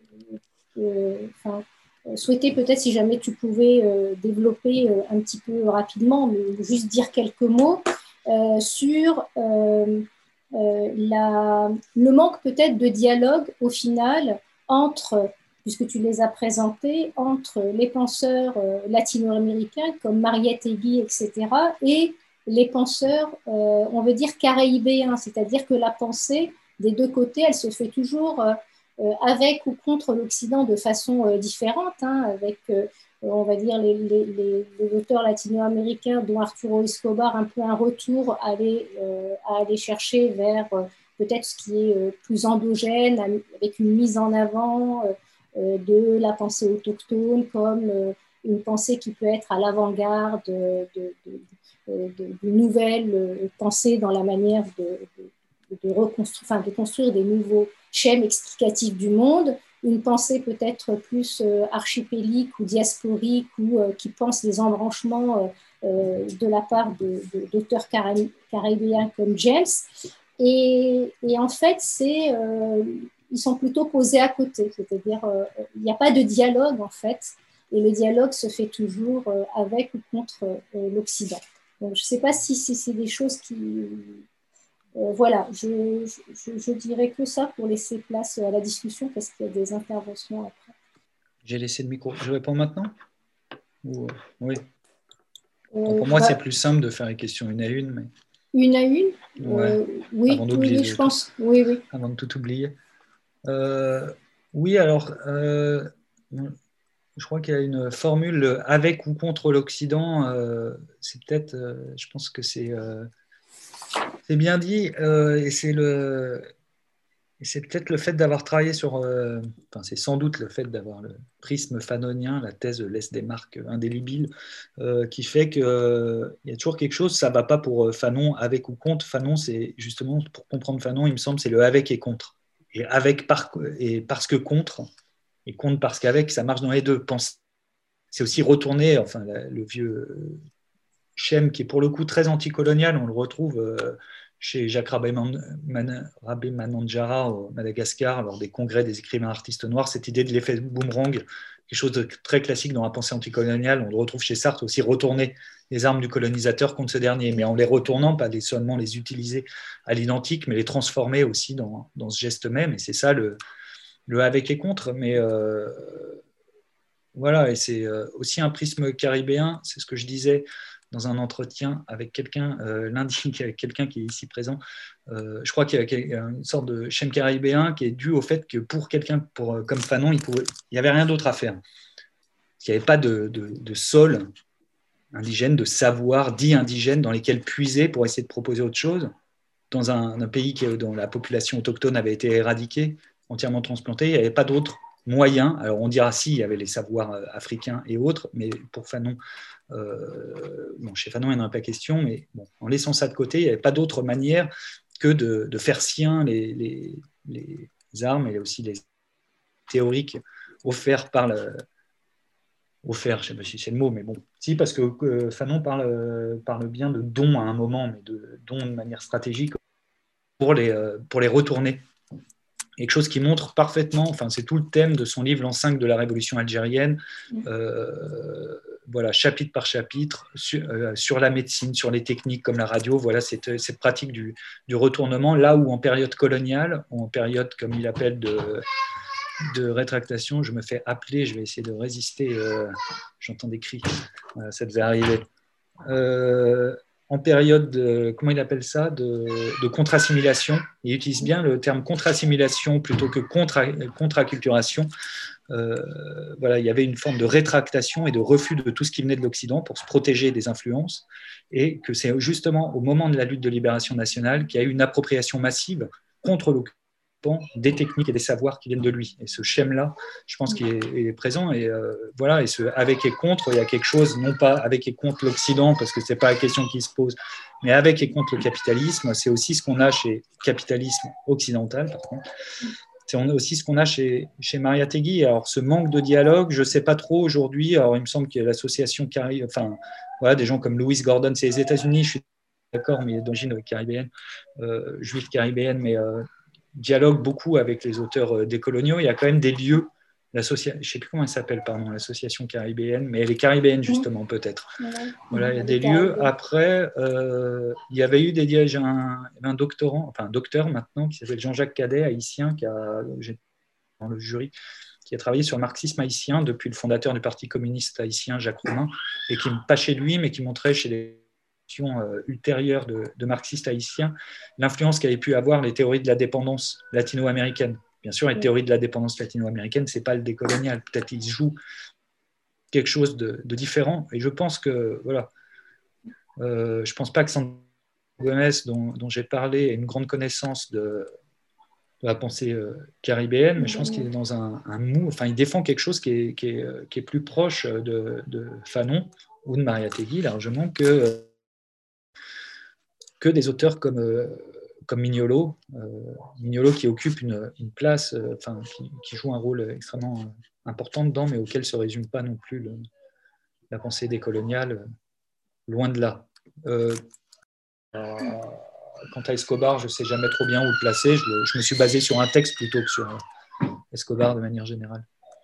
souhaité peut-être si jamais tu pouvais développer un petit peu rapidement, mais juste dire quelques mots sur le manque peut-être de dialogue au final entre, puisque tu les as présentés, entre les penseurs latino-américains comme Mariette Egui, etc., et les penseurs, on veut dire, caraïbéens, c'est-à-dire que la pensée, des deux côtés, elle se fait toujours avec ou contre l'Occident de façon différente, hein, avec on va dire, les auteurs latino-américains, dont Arturo Escobar, un peu un retour à aller chercher vers peut-être ce qui est plus endogène, avec une mise en avant de la pensée autochtone comme une pensée qui peut être à l'avant-garde de nouvelles pensées dans la manière de construire des nouveaux schèmes explicatifs du monde, une pensée peut-être plus archipélique ou diasporique ou qui pense les embranchements de la part d'auteurs caribéens comme James. Et en fait, ils sont plutôt posés à côté, c'est-à-dire il n'y a pas de dialogue en fait, et le dialogue se fait toujours avec ou contre l'Occident. Donc, je ne sais pas si c'est des choses qui... voilà, je dirais que ça pour laisser place à la discussion parce qu'il y a des interventions après. J'ai laissé le micro. Je réponds maintenant Ou... Oui. Pour moi, c'est plus simple de faire les questions une à une. Mais... Une à une ouais. Oui, avant d'oublier je pense. Oui, oui. Avant de tout oublier. Oui, alors, je crois qu'il y a une formule avec ou contre l'Occident. C'est peut-être, je pense que c'est bien dit. Et c'est peut-être le fait d'avoir travaillé sur, enfin c'est sans doute le fait d'avoir le prisme fanonien, la thèse laisse des marques indélébiles, qui fait qu'il y a toujours quelque chose, ça ne va pas pour Fanon avec ou contre. Fanon, c'est justement, pour comprendre Fanon, il me semble, c'est le avec et contre. Et avec et parce que contre, et contre parce qu'avec, ça marche dans les deux. C'est aussi retourner, enfin le vieux schème qui est pour le coup très anticolonial, on le retrouve chez Jacques Rabé-Manandjara au Madagascar, lors des congrès des écrivains artistes noirs, cette idée de l'effet boomerang, quelque chose de très classique dans la pensée anticoloniale. On le retrouve chez Sartre aussi, retourner les armes du colonisateur contre ce dernier, mais en les retournant, pas seulement les utiliser à l'identique, mais les transformer aussi dans ce geste même. Et c'est ça le avec et contre. Mais voilà, et c'est aussi un prisme caribéen, c'est ce que je disais dans un entretien avec quelqu'un lundi, quelqu'un qui est ici présent. Je crois qu'il y a une sorte de schème caribéen qui est dû au fait que pour quelqu'un comme Fanon, il n'y avait rien d'autre à faire. Il n'y avait pas de sol indigène, de savoir dit indigène dans lesquels puiser pour essayer de proposer autre chose. dans un pays dont la population autochtone avait été éradiquée, entièrement transplantée, il n'y avait pas d'autres moyens. Alors on dira si, il y avait les savoirs africains et autres, mais pour Fanon, chez Fanon, il n'y en a pas question, mais bon, en laissant ça de côté, il n'y avait pas d'autre manière que de faire sien les armes et aussi les théoriques offertes par offert, je ne sais pas si c'est le mot, mais bon, si, parce que Fanon parle bien de dons à un moment, mais de dons de manière stratégique pour les retourner. Quelque chose qui montre parfaitement, enfin, c'est tout le thème de son livre L'an 5 de la révolution algérienne, voilà, chapitre par chapitre, sur la médecine, sur les techniques comme la radio, voilà, cette pratique du retournement, là où en période coloniale, ou en période, comme il appelle, de rétractation, je me fais appeler, je vais essayer de résister, j'entends des cris, voilà, ça devait arriver. En période de, comment il appelle ça, de contre-assimilation, il utilise bien le terme contre-assimilation plutôt que contre-acculturation. Voilà, il y avait une forme de rétractation et de refus de tout ce qui venait de l'Occident pour se protéger des influences, et que c'est justement au moment de la lutte de libération nationale qu'il y a eu une appropriation massive contre l'Occident des techniques et des savoirs qui viennent de lui. Et ce schème-là, je pense qu'il est présent. Et voilà, et ce avec et contre, il y a quelque chose, non pas avec et contre l'Occident, parce que ce n'est pas la question qui se pose, mais avec et contre le capitalisme. C'est aussi ce qu'on a chez capitalisme occidental, par contre. C'est aussi ce qu'on a chez Mariátegui. Alors, ce manque de dialogue, je ne sais pas trop aujourd'hui. Alors, il me semble qu'il y a l'association voilà, des gens comme Louis Gordon, c'est les États-Unis, je suis d'accord, mais d'origine caribéenne, juive caribéenne, mais dialogue beaucoup avec les auteurs décoloniaux. Il y a quand même des lieux, je ne sais plus comment elle s'appelle, pardon, l'association caribéenne, mais elle est caribéenne justement, peut-être. Voilà, il y a des lieux. Après, il y avait eu un doctorant, enfin un docteur maintenant, qui s'appelle Jean-Jacques Cadet, haïtien, j'étais dans le jury, qui a travaillé sur le marxisme haïtien depuis le fondateur du Parti communiste haïtien, Jacques Romain, et qui, pas chez lui, mais qui montrait chez les ultérieure de marxistes haïtiens, l'influence qu'avaient pu avoir les théories de la dépendance latino-américaine. Bien sûr, les théories de la dépendance latino-américaine, ce n'est pas le décolonial. Peut-être qu'ils jouent quelque chose de différent. Et je pense que, voilà, je ne pense pas que Sandro Gomez, dont j'ai parlé, ait une grande connaissance de la pensée caribéenne, mais je pense qu'il est dans un mou, enfin, il défend quelque chose qui est plus proche de Fanon ou de Mariátegui, largement, que des auteurs comme Mignolo, Mignolo qui occupe une place, qui joue un rôle extrêmement important dedans, mais auquel ne se résume pas non plus la pensée décoloniale, loin de là. Quant à Escobar, je ne sais jamais trop bien où le placer. Je me suis basé sur un texte plutôt que sur Escobar de manière générale.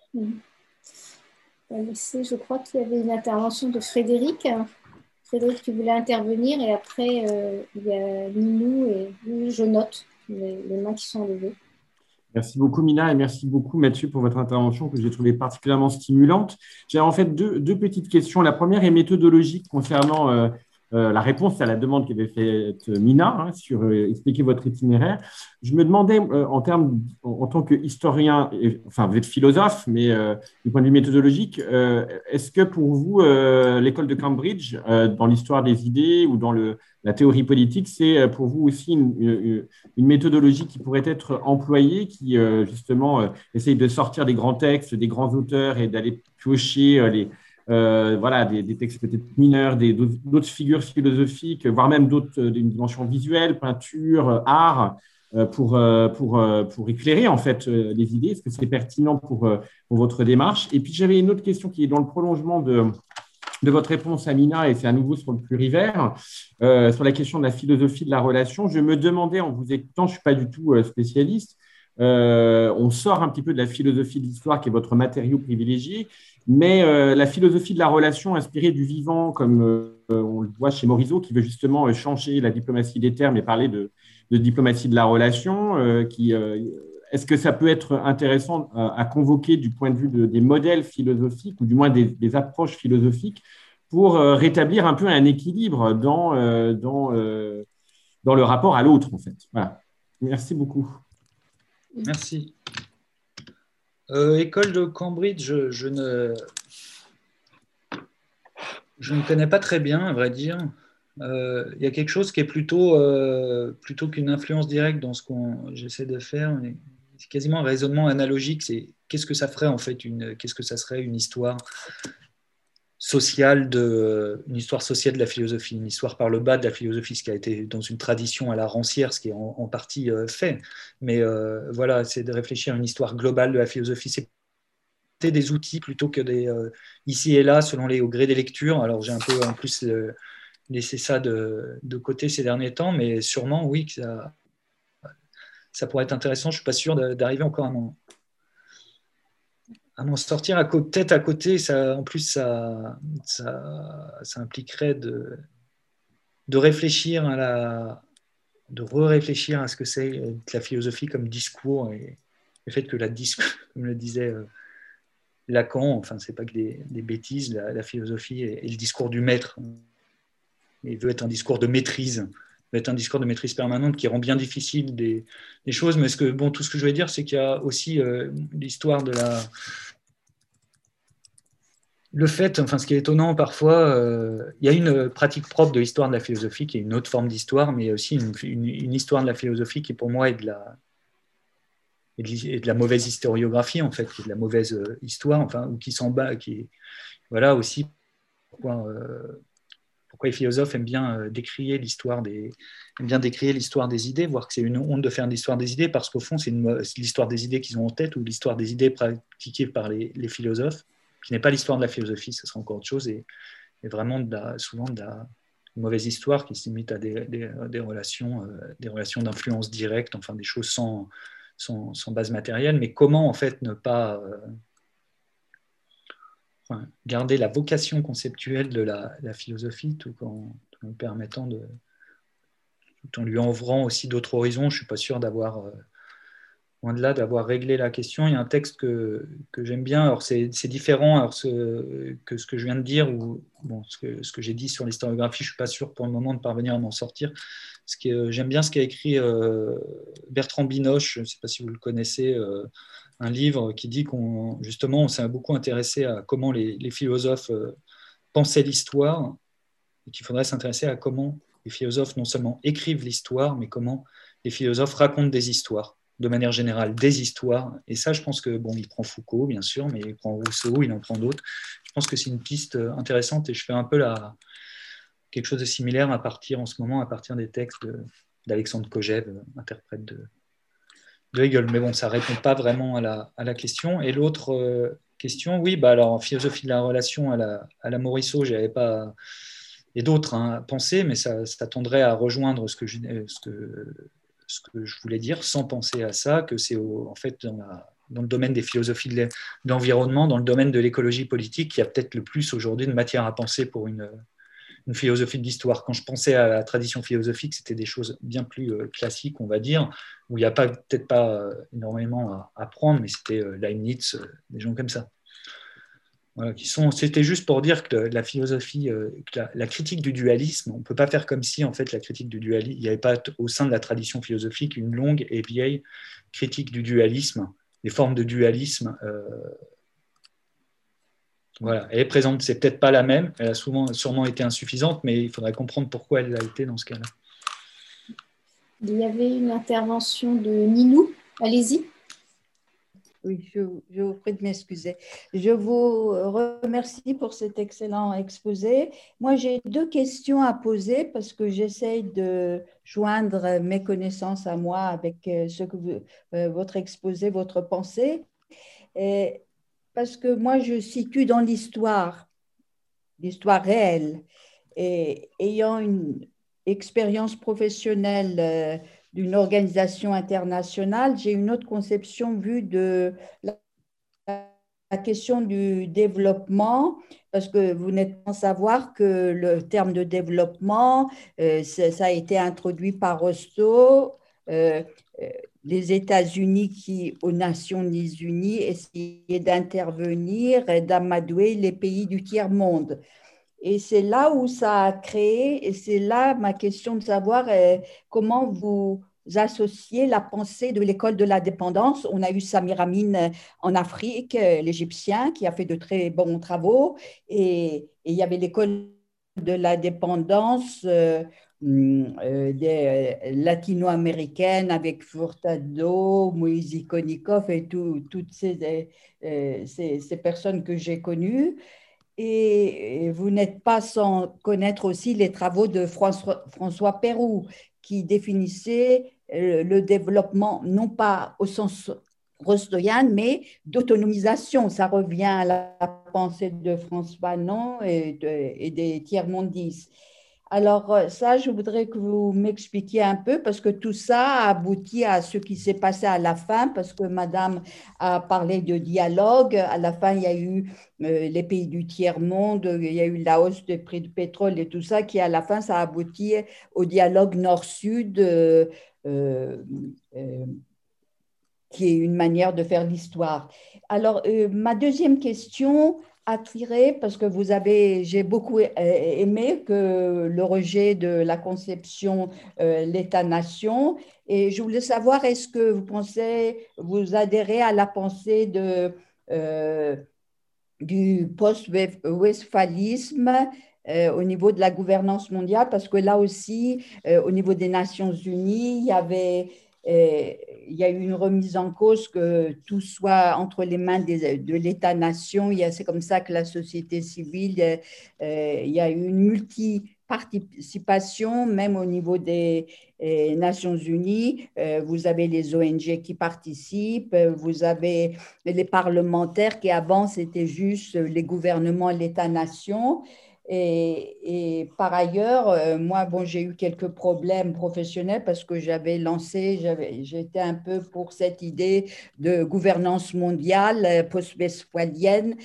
Je crois qu'il y avait une intervention de Frédéric. Frédéric, tu voulais intervenir, et après, il y a Minou, et je note les mains qui sont levées. Merci beaucoup, Mina, et merci beaucoup, Mathieu, pour votre intervention que j'ai trouvée particulièrement stimulante. J'ai en fait deux petites questions. La première est méthodologique concernant la réponse à la demande qu'avait faite Mina sur expliquer votre itinéraire. Je me demandais, en tant qu'historien, enfin, vous êtes philosophe, mais du point de vue méthodologique, est-ce que pour vous, l'école de Cambridge, dans l'histoire des idées ou dans la théorie politique, c'est pour vous aussi une méthodologie qui pourrait être employée, qui justement essaye de sortir des grands textes, des grands auteurs et d'aller piocher voilà, des textes peut-être mineurs, d'autres figures philosophiques, voire même d'une dimension visuelle, peinture, art, pour éclairer en fait les idées. Est-ce que c'est pertinent pour votre démarche? Et puis j'avais une autre question qui est dans le prolongement de votre réponse, Amina, et c'est à nouveau sur le plurivers, sur la question de la philosophie de la relation. Je me demandais, en vous écoutant, je ne suis pas du tout spécialiste, on sort un petit peu de la philosophie de l'histoire qui est votre matériau privilégié, mais la philosophie de la relation inspirée du vivant, comme on le voit chez Morisot, qui veut justement changer la diplomatie des termes et parler de diplomatie de la relation, est-ce que ça peut être intéressant à convoquer du point de vue des modèles philosophiques ou du moins des approches philosophiques pour rétablir un peu un équilibre dans le rapport à l'autre, en fait. Voilà. Merci beaucoup. Merci. École de Cambridge, je ne connais pas très bien, à vrai dire. il y a quelque chose qui est plutôt qu'une influence directe dans ce qu'on j'essaie de faire. C'est quasiment un raisonnement analogique. C'est qu'est-ce que ça ferait en fait qu'est-ce que ça serait une histoire sociale une histoire sociale de la philosophie, une histoire par le bas de la philosophie, ce qui a été dans une tradition à la rancière, ce qui est en partie fait. Mais voilà, c'est de réfléchir à une histoire globale de la philosophie. C'est des outils plutôt que des ici et là selon au gré des lectures. Alors j'ai un peu en plus laissé ça de côté ces derniers temps, mais sûrement oui que ça pourrait être intéressant. Je suis pas sûr d'arriver encore à m'en sortir. Peut-être à côté, ça, en plus ça impliquerait de réfléchir de re-réfléchir à ce que c'est que la philosophie comme discours et le fait que comme le disait Lacan, enfin, c'est pas que des bêtises, la philosophie est le discours du maître. Il veut être un discours de maîtrise, veut être un discours de maîtrise permanente qui rend bien difficile des choses. Mais tout ce que je voulais dire, c'est qu'il y a aussi l'histoire de le fait, enfin, ce qui est étonnant parfois, il y a une pratique propre de l'histoire de la philosophie qui est une autre forme d'histoire, mais il y a aussi une histoire de la philosophie qui, pour moi, est de la mauvaise historiographie, en fait, qui est de la mauvaise histoire, enfin, ou qui s'en bat, voilà aussi pourquoi les philosophes aiment bien décrier l'histoire des idées, voire que c'est une honte de faire l'histoire des idées, parce qu'au fond, c'est l'histoire des idées qu'ils ont en tête, ou l'histoire des idées pratiquées par les philosophes, qui n'est pas l'histoire de la philosophie, ce sera encore autre chose, et vraiment souvent de la mauvaise histoire qui se limite à des relations d'influence directe, enfin des choses sans base matérielle, mais comment en fait ne pas garder la vocation conceptuelle de la philosophie tout en lui permettant tout en lui ouvrant aussi d'autres horizons. Je ne suis pas sûr loin de là, d'avoir réglé la question. Il y a un texte que j'aime bien, alors c'est différent que ce que je viens de dire, ou ce que j'ai dit sur l'historiographie, je ne suis pas sûr pour le moment de parvenir à m'en sortir. J'aime bien ce qu'a écrit Bertrand Binoche, je ne sais pas si vous le connaissez, un livre qui dit on s'est beaucoup intéressé à comment les philosophes pensaient l'histoire, et qu'il faudrait s'intéresser à comment les philosophes non seulement écrivent l'histoire, mais comment les philosophes racontent des histoires, de manière générale, des histoires. Et ça, je pense que, il prend Foucault, bien sûr, mais il prend Rousseau, il en prend d'autres. Je pense que c'est une piste intéressante, et je fais un peu quelque chose de similaire en ce moment, à partir des textes d'Alexandre Kojève, interprète de Hegel. Mais bon, ça ne répond pas vraiment à la question. Et l'autre question, oui, alors en philosophie de la relation à la Morisot, j'avais pas, et d'autres pensé, mais ça tendrait à rejoindre ce que je voulais dire, sans penser à ça, que c'est en fait dans le domaine des philosophies de l'environnement, dans le domaine de l'écologie politique, qu'il y a peut-être le plus aujourd'hui de matière à penser pour une philosophie de l'histoire. Quand je pensais à la tradition philosophique, c'était des choses bien plus classiques, on va dire, où il n'y a peut-être pas énormément à apprendre, mais c'était Leibniz, des gens comme ça. Voilà, c'était juste pour dire que la philosophie, que la critique du dualisme, on ne peut pas faire comme si en fait la critique du dualisme, il n'y avait pas au sein de la tradition philosophique une longue et vieille critique du dualisme, des formes de dualisme. Voilà, elle est présente, c'est peut-être pas la même, elle a sûrement été insuffisante, mais il faudrait comprendre pourquoi elle l'a été dans ce cas-là. Il y avait une intervention de Ninou, allez-y. Oui, je vous prie de m'excuser. Je vous remercie pour cet excellent exposé. Moi, j'ai 2 questions à poser parce que j'essaye de joindre mes connaissances à moi avec ce que votre exposé, votre pensée. Et parce que moi, je situe dans l'histoire réelle. Et ayant une expérience professionnelle d'une organisation internationale, j'ai une autre conception vue de la question du développement, parce que vous n'êtes pas sans savoir que le terme de développement, ça a été introduit par Rostow, les États-Unis qui, aux Nations Unies, essayaient d'intervenir et d'amadouer les pays du tiers-monde. Et c'est là où ça a créé, et c'est là ma question de savoir comment vous associez la pensée de l'école de la dépendance. On a eu Samir Amin en Afrique, l'Égyptien, qui a fait de très bons travaux, et il y avait l'école de la dépendance latino-américaine avec Furtado, Moïse Konnikov et toutes ces personnes que j'ai connues. Et vous n'êtes pas sans connaître aussi les travaux de François Pérou, qui définissait le développement, non pas au sens rostoïen, mais d'autonomisation. Ça revient à la pensée de François Fanon et des tiers-mondistes. Alors ça, je voudrais que vous m'expliquiez un peu, parce que tout ça a abouti à ce qui s'est passé à la fin, parce que Madame a parlé de dialogue. À la fin, il y a eu les pays du tiers-monde, il y a eu la hausse des prix du pétrole et tout ça, qui à la fin, ça a abouti au dialogue nord-sud, euh, qui est une manière de faire l'histoire. Alors, ma deuxième question a tiré, parce que j'ai beaucoup aimé que le rejet de la conception l'État-nation, et je voulais savoir, est-ce que vous adhérez à la pensée du post-westphalisme au niveau de la gouvernance mondiale, parce que là aussi, au niveau des Nations Unies, il y a eu une remise en cause que tout soit entre les mains de l'État-nation. C'est comme ça que la société civile, il y a eu une multi-participation, même au niveau des Nations Unies. Vous avez les ONG qui participent, vous avez les parlementaires qui avant, c'était juste les gouvernements, l'État-nation. Et par ailleurs, moi, bon, j'ai eu quelques problèmes professionnels parce que j'étais un peu pour cette idée de gouvernance mondiale post-westphalienne,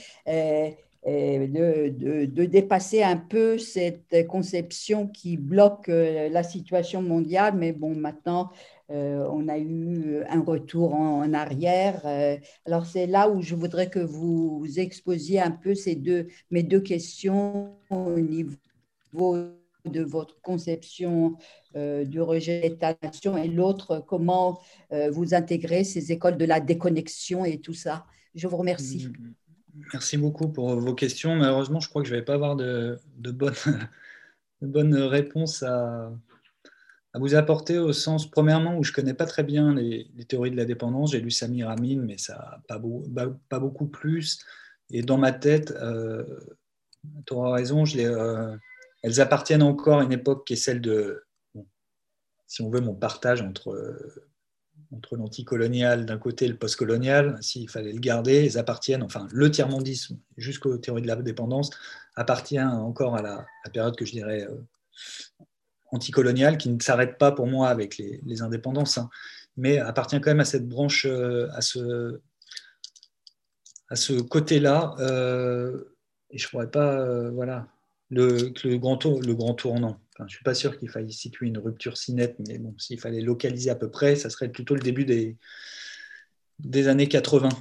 de dépasser un peu cette conception qui bloque la situation mondiale. Mais bon, maintenant, on a eu un retour en arrière. Alors, c'est là où je voudrais que vous exposiez un peu mes deux questions au niveau de votre conception du rejet d'État-nation, et l'autre, comment vous intégrez ces écoles de la déconnexion et tout ça. Je vous remercie. Merci beaucoup pour vos questions. Malheureusement, je crois que je ne vais pas avoir de bonnes réponses à vous apporter, au sens, premièrement, où je ne connais pas très bien les théories de la dépendance. J'ai lu Samir Amin, mais ça n'a pas beaucoup plus. Et dans ma tête, tu auras raison, elles appartiennent encore à une époque qui est celle de, bon, si on veut, mon partage entre l'anticolonial d'un côté et le postcolonial. S'il fallait le garder, elles appartiennent, enfin, le tiers-mondisme jusqu'aux théories de la dépendance appartient encore à la période que je dirais anticoloniale, qui ne s'arrête pas pour moi avec les indépendances, hein, mais appartient quand même à cette branche, à ce côté-là. Et je ne pourrais pas, voilà, le grand tournant. Enfin, je ne suis pas sûr qu'il faille situer une rupture si nette, mais bon, s'il fallait localiser à peu près, ça serait plutôt le début des années 80.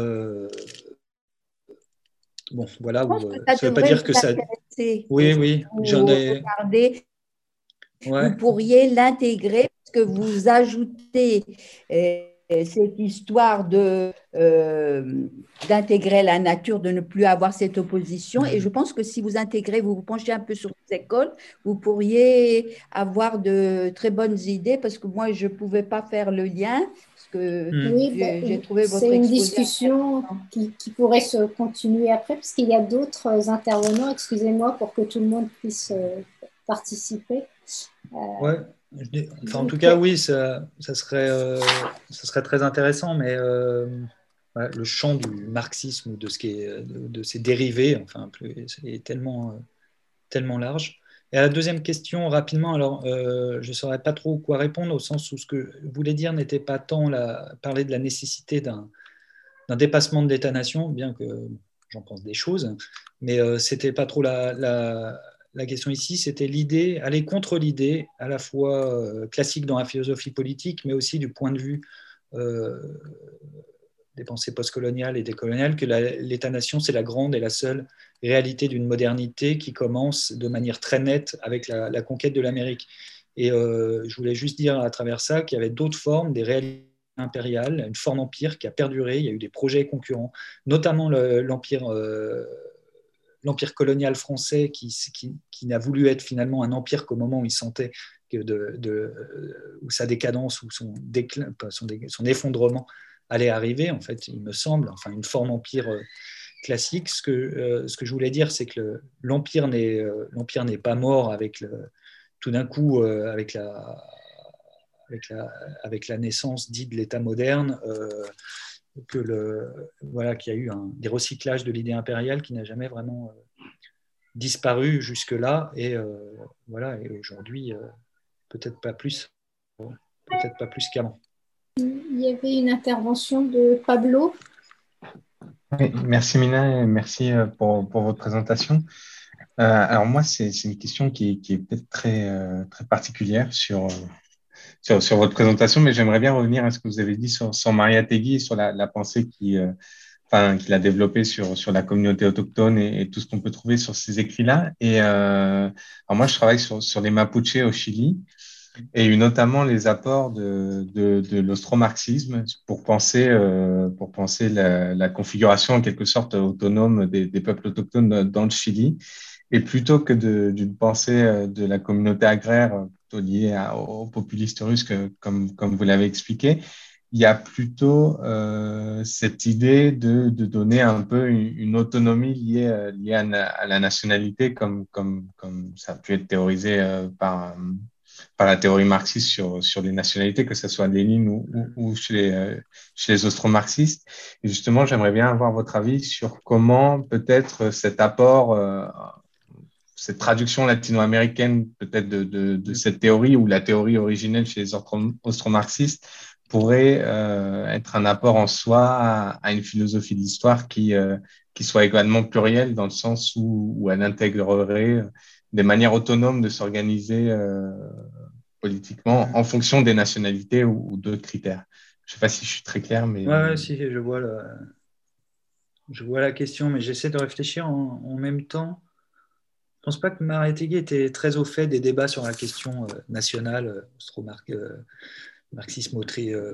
Bon, voilà. Je pense que ça ne veut pas devrait dire vous que ça. intéresser. Oui, j'en ai. Regardez, Ouais. vous pourriez l'intégrer, parce que vous ajoutez cette histoire d'intégrer la nature, de ne plus avoir cette opposition. Et je pense que si vous intégrez, vous penchez un peu sur les écoles, vous pourriez avoir de très bonnes idées, parce que moi, je ne pouvais pas faire le lien, parce que Oui, j'ai trouvé votre c'est une exposé discussion qui pourrait se continuer après, parce qu'il y a d'autres intervenants. Excusez-moi, pour que tout le monde puisse participer. Ouais. Enfin, en tout cas, oui, ça serait très intéressant, mais ouais, le champ du marxisme ou de ses dérivés, enfin, est tellement large. Et à la deuxième question, rapidement, alors, je ne saurais pas trop quoi répondre, au sens où ce que je voulais dire n'était pas tant parler de la nécessité d'un dépassement de l'État-nation, bien que j'en pense des choses, mais c'était pas trop la question ici, c'était aller contre l'idée, à la fois classique dans la philosophie politique, mais aussi du point de vue des pensées postcoloniales et décoloniales, que l'État-nation, c'est la grande et la seule réalité d'une modernité qui commence de manière très nette avec la conquête de l'Amérique. Et je voulais juste dire à travers ça qu'il y avait d'autres formes, des réalités impériales, une forme empire qui a perduré. Il y a eu des projets concurrents, notamment l'empire l'empire colonial français qui n'a voulu être finalement un empire qu'au moment où il sentait que où sa décadence ou son déclin, son effondrement allait arriver, en fait, il me semble, enfin une forme empire classique. Ce que je voulais dire, c'est que l'empire n'est pas mort tout d'un coup avec la naissance dite de l'État moderne, qu'il y a eu des recyclages de l'idée impériale qui n'a jamais vraiment disparu jusque-là, et aujourd'hui, peut-être pas plus qu'avant. Il y avait une intervention de Pablo. Oui, merci Mina, et merci pour votre présentation. Alors moi, c'est une question qui est peut-être très particulière sur votre présentation, mais j'aimerais bien revenir à ce que vous avez dit sur Mariátegui, sur la pensée qu'il a développée sur la communauté autochtone et tout ce qu'on peut trouver sur ces écrits-là. Et alors moi, je travaille sur les Mapuches au Chili, et notamment les apports de l'austro-marxisme pour penser la configuration en quelque sorte autonome des peuples autochtones dans le Chili. Et plutôt que d'une pensée de la communauté agraire plutôt liée aux populistes russes, comme vous l'avez expliqué, il y a plutôt cette idée de donner un peu une autonomie liée à la nationalité, comme ça a pu être théorisé par la théorie marxiste sur les nationalités, que ce soit Lénine ou chez les austro-marxistes. Et justement, j'aimerais bien avoir votre avis sur comment peut-être cet apport, cette traduction latino-américaine peut-être de cette théorie, ou la théorie originelle chez les austro-marxistes, pourrait être un apport en soi à une philosophie de l'histoire qui soit également plurielle, dans le sens où elle intégrerait des manières autonomes de s'organiser politiquement en fonction des nationalités ou d'autres critères. Je ne sais pas si je suis très clair, mais... Ouais, si, je vois la question, mais j'essaie de réfléchir en même temps. Je ne pense pas que Mariátegui était très au fait des débats sur la question nationale, marxisme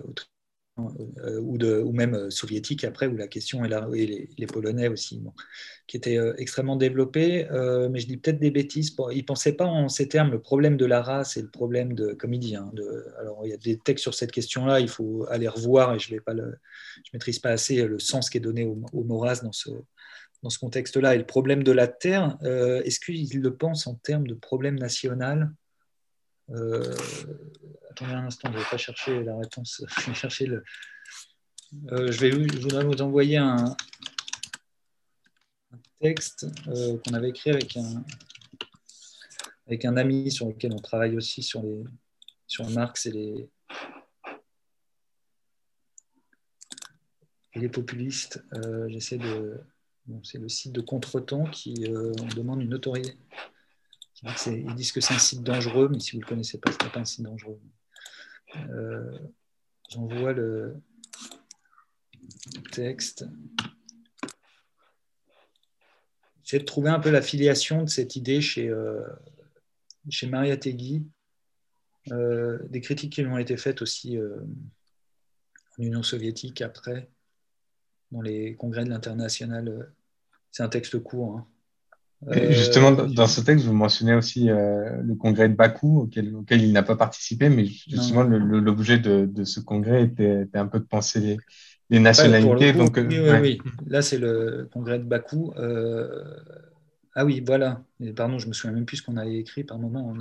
ou même soviétique après, où la question est là, et les Polonais aussi, bon, qui étaient extrêmement développés, mais je dis peut-être des bêtises. Bon, il ne pensait pas en ces termes, le problème de la race et le problème comme il dit, alors il y a des textes sur cette question-là, il faut aller revoir, et je maîtrise pas assez le sens qui est donné au mot race dans ce contexte-là. Et le problème de la terre, est-ce qu'il le pense en termes de problème national? Attendez un instant, je ne vais pas chercher la réponse. Je vais chercher je voudrais vous envoyer un texte qu'on avait écrit avec un ami sur lequel on travaille aussi sur Marx et les populistes. C'est le site de Contretemps qui on demande une autorité. Ils disent que c'est un site dangereux, mais si vous ne le connaissez pas, ce n'est pas un site dangereux. J'envoie le texte. J'essaie de trouver un peu la filiation de cette idée chez Mariátegui. Des critiques qui lui ont été faites aussi en Union soviétique après, dans les congrès de l'Internationale. C'est un texte court, hein. Justement, dans ce texte, vous mentionnez aussi le congrès de Bakou, auquel il n'a pas participé, mais justement, l'objet de ce congrès était un peu de penser les nationalités. Ouais, donc, oui. Là, c'est le congrès de Bakou. Ah oui, voilà. Pardon, je me souviens même plus ce qu'on avait écrit par moment.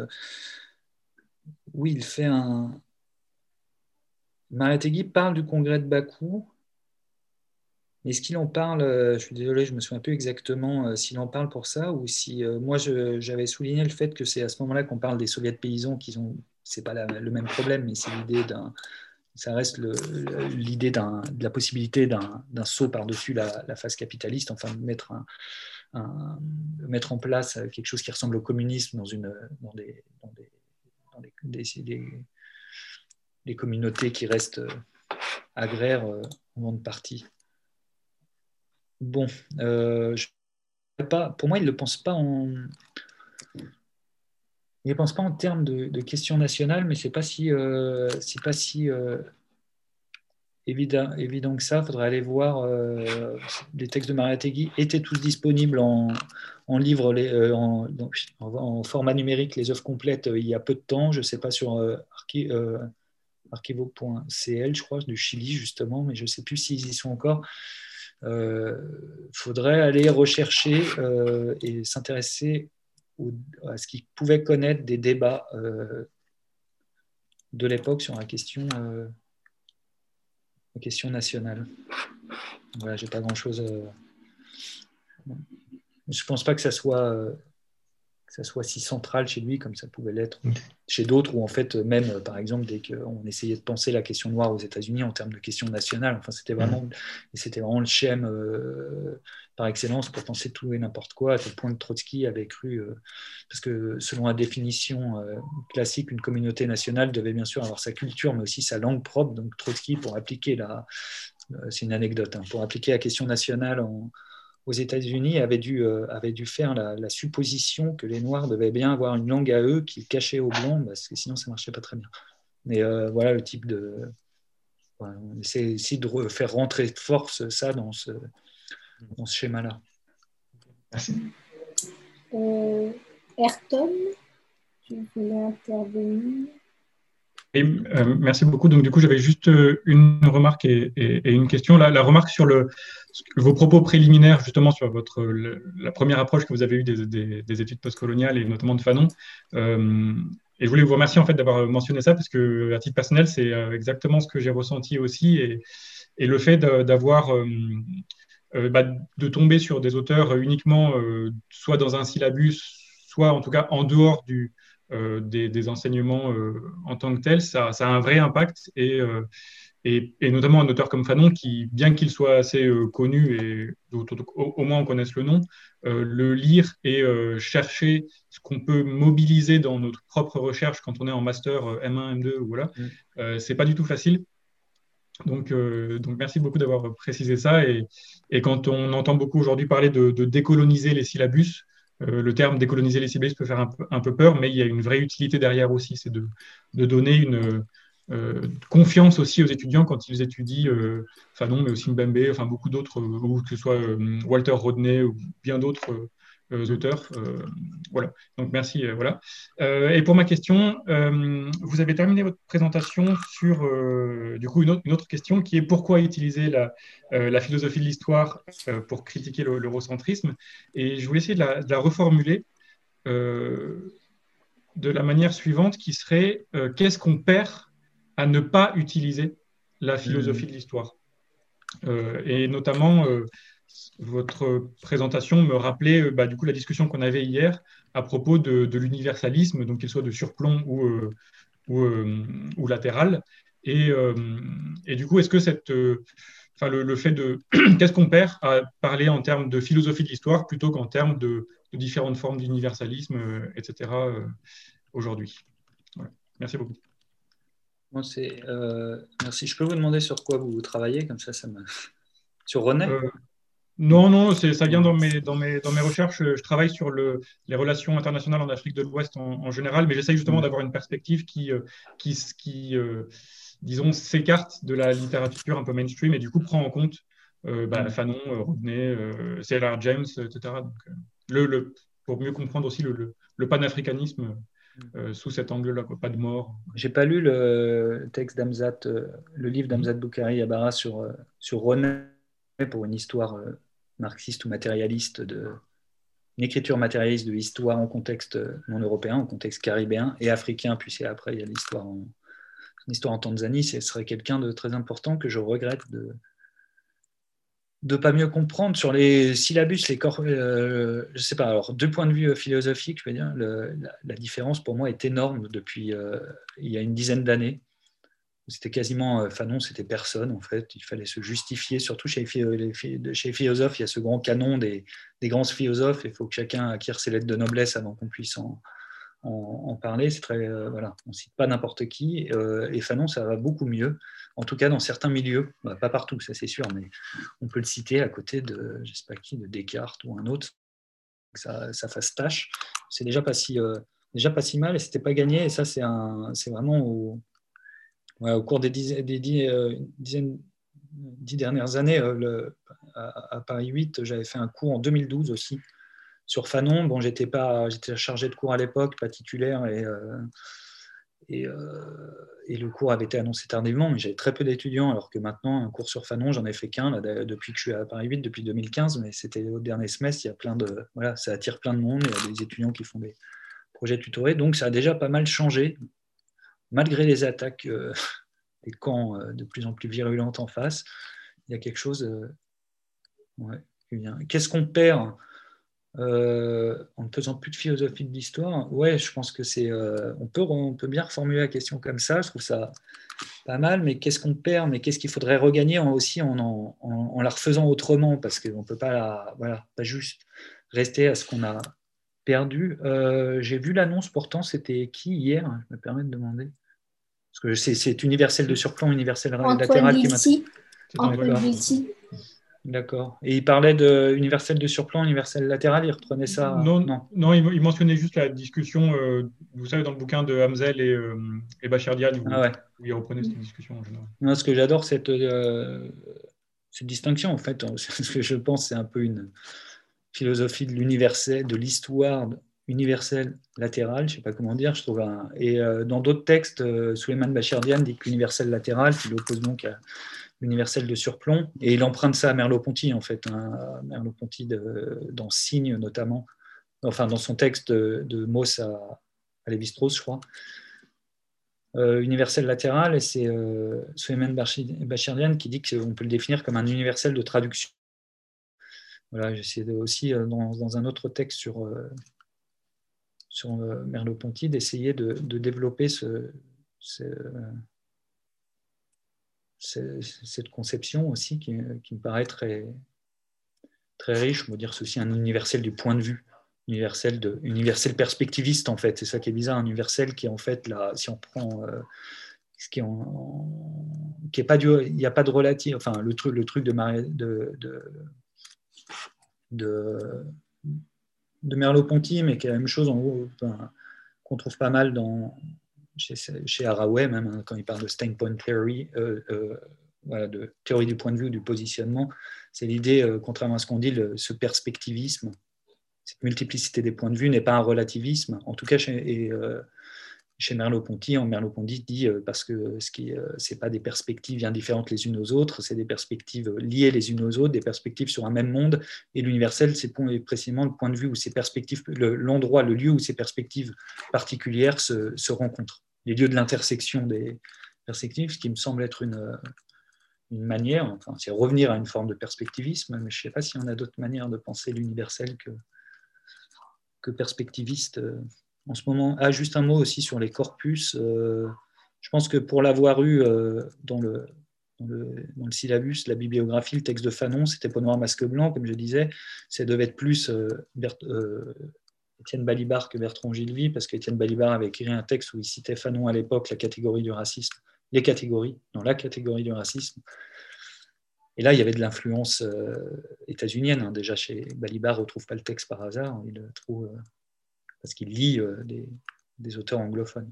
Oui, il fait un... Mariátegui parle du congrès de Bakou. Est-ce qu'il en parle, je suis désolé, je ne me souviens plus exactement s'il en parle pour ça, ou si moi j'avais souligné le fait que c'est à ce moment-là qu'on parle des soviets paysans c'est pas le même problème, mais c'est ça reste l'idée de la possibilité d'un saut par-dessus la phase capitaliste, enfin de mettre en place quelque chose qui ressemble au communisme dans des communautés qui restent agraires en grande partie. Bon, pour moi, il ne pense pas en termes de questions nationales, mais c'est pas si évident que ça. Il faudrait aller voir. Les textes de Mariátegui étaient tous disponibles en livre, en format numérique, les œuvres complètes, il y a peu de temps. Je ne sais pas sur archivo.cl, je crois, du Chili, justement, mais je ne sais plus s'ils y sont encore. Faudrait aller rechercher et s'intéresser à ce qu'ils pouvaient connaître des débats de l'époque sur la question nationale. Voilà, j'ai pas grand-chose. Je pense pas que ça soit si central chez lui comme ça pouvait l'être chez d'autres, où en fait, même par exemple, dès qu'on essayait de penser la question noire aux États-Unis en termes de question nationale, enfin, c'était vraiment le schème par excellence pour penser tout et n'importe quoi, à tel point que Trotsky avait cru, parce que selon la définition classique, une communauté nationale devait bien sûr avoir sa culture, mais aussi sa langue propre. Donc Trotsky, pour appliquer c'est une anecdote, pour appliquer la question nationale aux États-Unis, avait dû faire la supposition que les Noirs devaient bien avoir une langue à eux qu'ils cachaient aux Blancs, parce que sinon ça ne marchait pas très bien. Mais voilà le type de... Voilà, on essaie de faire rentrer de force ça dans ce schéma-là. Merci. Ayrton, tu voulais intervenir? Et, merci beaucoup. Donc, du coup, j'avais juste une remarque et une question. La remarque sur vos propos préliminaires, justement, sur la première approche que vous avez eue des études postcoloniales et notamment de Fanon. Et je voulais vous remercier, en fait, d'avoir mentionné ça parce que, à titre personnel, c'est exactement ce que j'ai ressenti aussi. Et le fait d'avoir... de tomber sur des auteurs uniquement soit dans un syllabus, soit en tout cas en dehors des enseignements en tant que tel, ça a un vrai impact et notamment un auteur comme Fanon qui, bien qu'il soit assez connu et au moins on connaisse le nom, le lire et chercher ce qu'on peut mobiliser dans notre propre recherche quand on est en master M1, M2, voilà, c'est pas du tout facile. Donc merci beaucoup d'avoir précisé ça. Et quand on entend beaucoup aujourd'hui parler de décoloniser les syllabus, le terme décoloniser les syllabus peut faire un peu peur, mais il y a une vraie utilité derrière aussi, c'est de donner une confiance aussi aux étudiants quand ils étudient Fanon, mais aussi Mbembe, enfin beaucoup d'autres, ou que ce soit Walter Rodney ou bien d'autres auteurs. Voilà, donc merci. Voilà. Et pour ma question, vous avez terminé votre présentation sur du coup une autre question qui est pourquoi utiliser la philosophie de l'histoire pour critiquer l'eurocentrisme. Et je voulais essayer de la reformuler de la manière suivante qui serait qu'est-ce qu'on perd à ne pas utiliser la philosophie de l'histoire et notamment votre présentation me rappelait du coup la discussion qu'on avait hier à propos de l'universalisme, donc qu'il soit de surplomb ou latéral. Et du coup, est-ce que le fait de qu'est-ce qu'on perd à parler en termes de philosophie de l'histoire plutôt qu'en termes de différentes formes d'universalisme, etc. Aujourd'hui. Voilà. Merci beaucoup. Bon, merci. Je peux vous demander sur quoi vous travaillez, comme ça me... Sur René Non, ça vient dans mes recherches. Je travaille sur les relations internationales en Afrique de l'Ouest en général, mais j'essaye justement d'avoir une perspective qui disons, s'écarte de la littérature un peu mainstream et du coup prend en compte Fanon, Rodney, C.L.R. James, etc. Donc, pour mieux comprendre aussi le panafricanisme sous cet angle-là, pas de mort. J'ai pas lu le texte d'Amzat, le livre d'Amzat Boukari Yabara sur René pour une histoire marxiste ou matérialiste une écriture matérialiste de l'histoire en contexte non européen, en contexte caribéen et africain, puis après il y a l'histoire en Tanzanie. Ce serait quelqu'un de très important que je regrette de pas mieux comprendre sur les syllabus, les corps. Je sais pas. Alors, deux points de vue philosophiques, je veux dire, la différence pour moi est énorme depuis il y a une dizaine d'années. C'était quasiment Fanon, c'était personne en fait. Il fallait se justifier, surtout chez les philosophes. Il y a ce grand canon des grands philosophes. Il faut que chacun acquiert ses lettres de noblesse avant qu'on puisse en parler. C'est très voilà, on cite pas n'importe qui. Et Fanon, ça va beaucoup mieux. En tout cas, dans certains milieux, pas partout, ça c'est sûr, mais on peut le citer à côté de, je sais pas qui, de Descartes ou un autre, que ça fasse tâche. C'est déjà pas si mal et c'était pas gagné. Et ça, c'est vraiment au cours des dizaines 10 dernières années. À Paris 8, j'avais fait un cours en 2012 aussi sur Fanon. Bon, j'étais chargé de cours à l'époque, pas titulaire, et le cours avait été annoncé tardivement, mais j'avais très peu d'étudiants, alors que maintenant, un cours sur Fanon, j'en ai fait qu'un depuis que je suis à Paris 8, depuis 2015, mais c'était au dernier semestre. Il y a voilà, ça attire plein de monde, il y a des étudiants qui font des projets tutorés, donc ça a déjà pas mal changé, malgré les attaques des camps de plus en plus virulentes en face. Il y a quelque chose qui vient. Qu'est-ce qu'on perd en ne faisant plus de philosophie de l'histoire? Ouais, je pense que on peut bien reformuler la question comme ça. Je trouve ça pas mal, mais qu'est-ce qu'on perd? Mais qu'est-ce qu'il faudrait regagner aussi en la refaisant autrement? Parce qu'on ne peut pas, pas juste rester à ce qu'on a perdu. J'ai vu l'annonce, pourtant, c'était qui hier? Je me permets de demander. Parce que c'est universel de surplomb, universel latéral qui m'intéresse. Antoine Gilty. D'accord. Et il parlait de universel de surplomb, universel latéral, il reprenait ça? Non, il mentionnait juste la discussion, vous savez, dans le bouquin de Hamzel et Bachar-Dian, où il reprenait cette discussion en général. Non, ce que j'adore, cette distinction, en fait, ce que je pense, c'est un peu une philosophie de l'universel, de l'histoire universelle latérale, je ne sais pas comment dire, je trouve. Et dans d'autres textes, Souleymane Bachar-Dian dit que l'universel latéral, qui l'oppose donc à l'universel de surplomb, et il emprunte ça à Merleau-Ponty, en fait, Merleau-Ponty dans Signe notamment, enfin dans son texte de Mauss à Lévi-Strauss, je crois. Universel latéral, et c'est Souleymane Bachar-Dian qui dit qu'on peut le définir comme un universel de traduction. Voilà, j'essaie aussi dans un autre texte sur Merleau-Ponty d'essayer de développer cette conception aussi qui me paraît très, très riche. On va dire ceci, un universel du point de vue, universel perspectiviste en fait. C'est ça qui est bizarre, un universel qui en fait, là, si on prend qui est pas du, il n'y a pas de relatif, enfin le truc de Merleau-Ponty, mais qui est la même chose en gros, qu'on trouve pas mal chez Haraway, même hein, quand il parle de standpoint theory, de théorie du point de vue, du positionnement, c'est l'idée, contrairement à ce qu'on dit, ce perspectivisme, cette multiplicité des points de vue n'est pas un relativisme, en tout cas chez Merleau-Ponty. Merleau-Ponty dit parce que c'est pas des perspectives bien différentes les unes aux autres, c'est des perspectives liées les unes aux autres, des perspectives sur un même monde, et l'universel, c'est précisément le point de vue où ces perspectives, l'endroit, le lieu où ces perspectives particulières se rencontrent, les lieux de l'intersection des perspectives, ce qui me semble être une manière, enfin, c'est revenir à une forme de perspectivisme, mais je ne sais pas s'il y en a d'autres manières de penser l'universel que perspectiviste en ce moment. Ah, juste un mot aussi sur les corpus. Je pense que pour l'avoir eu dans le syllabus, la bibliographie, le texte de Fanon, c'était peau noire, masque blanc, comme je disais. Ça devait être plus Étienne Balibar que Bertrand Gilvy, parce qu'Étienne Balibar avait écrit un texte où il citait Fanon à l'époque, la catégorie du racisme, la catégorie du racisme. Et là, il y avait de l'influence états-unienne. Hein. Déjà, chez Balibar, on ne retrouve pas le texte par hasard, il le trouve parce qu'il lit des auteurs anglophones.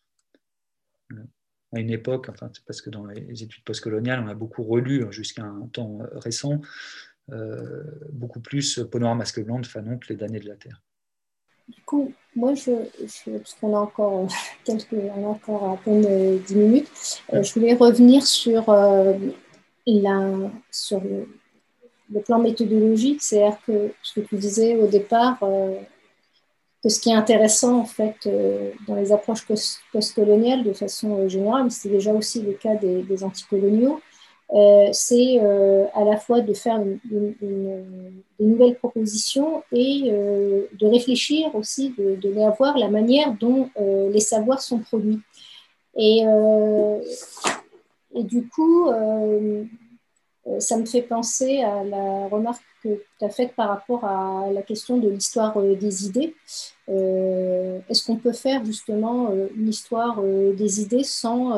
À une époque, enfin, c'est parce que dans les études postcoloniales, on a beaucoup relu, jusqu'à un temps récent, beaucoup plus Peau noire, masque blanc de Fanon que Les damnés de la Terre. Du coup, moi, parce qu'on a encore à peine 10 minutes, je voulais revenir sur le plan méthodologique, c'est-à-dire que ce que tu disais au départ, que ce qui est intéressant en fait dans les approches postcoloniales de façon générale, mais c'était déjà aussi le cas des anticoloniaux, c'est à la fois de faire des nouvelles propositions et de réfléchir aussi, de voir la manière dont les savoirs sont produits. Et du coup, ça me fait penser à la remarque que tu as faite par rapport à la question de l'histoire des idées. Est-ce qu'on peut faire justement une histoire des idées sans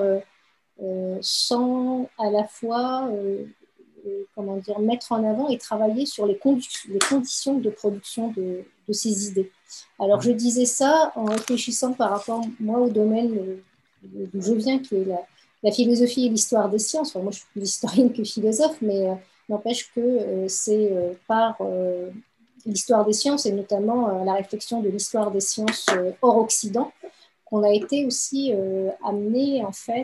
à la fois mettre en avant et travailler sur les conditions de production de ces idées. Alors je disais ça en réfléchissant par rapport moi au domaine d'où je viens, qui est la philosophie et l'histoire des sciences. Enfin, moi, je suis plus historienne que philosophe, mais n'empêche que c'est par l'histoire des sciences et notamment la réflexion de l'histoire des sciences hors Occident qu'on a été aussi amené en fait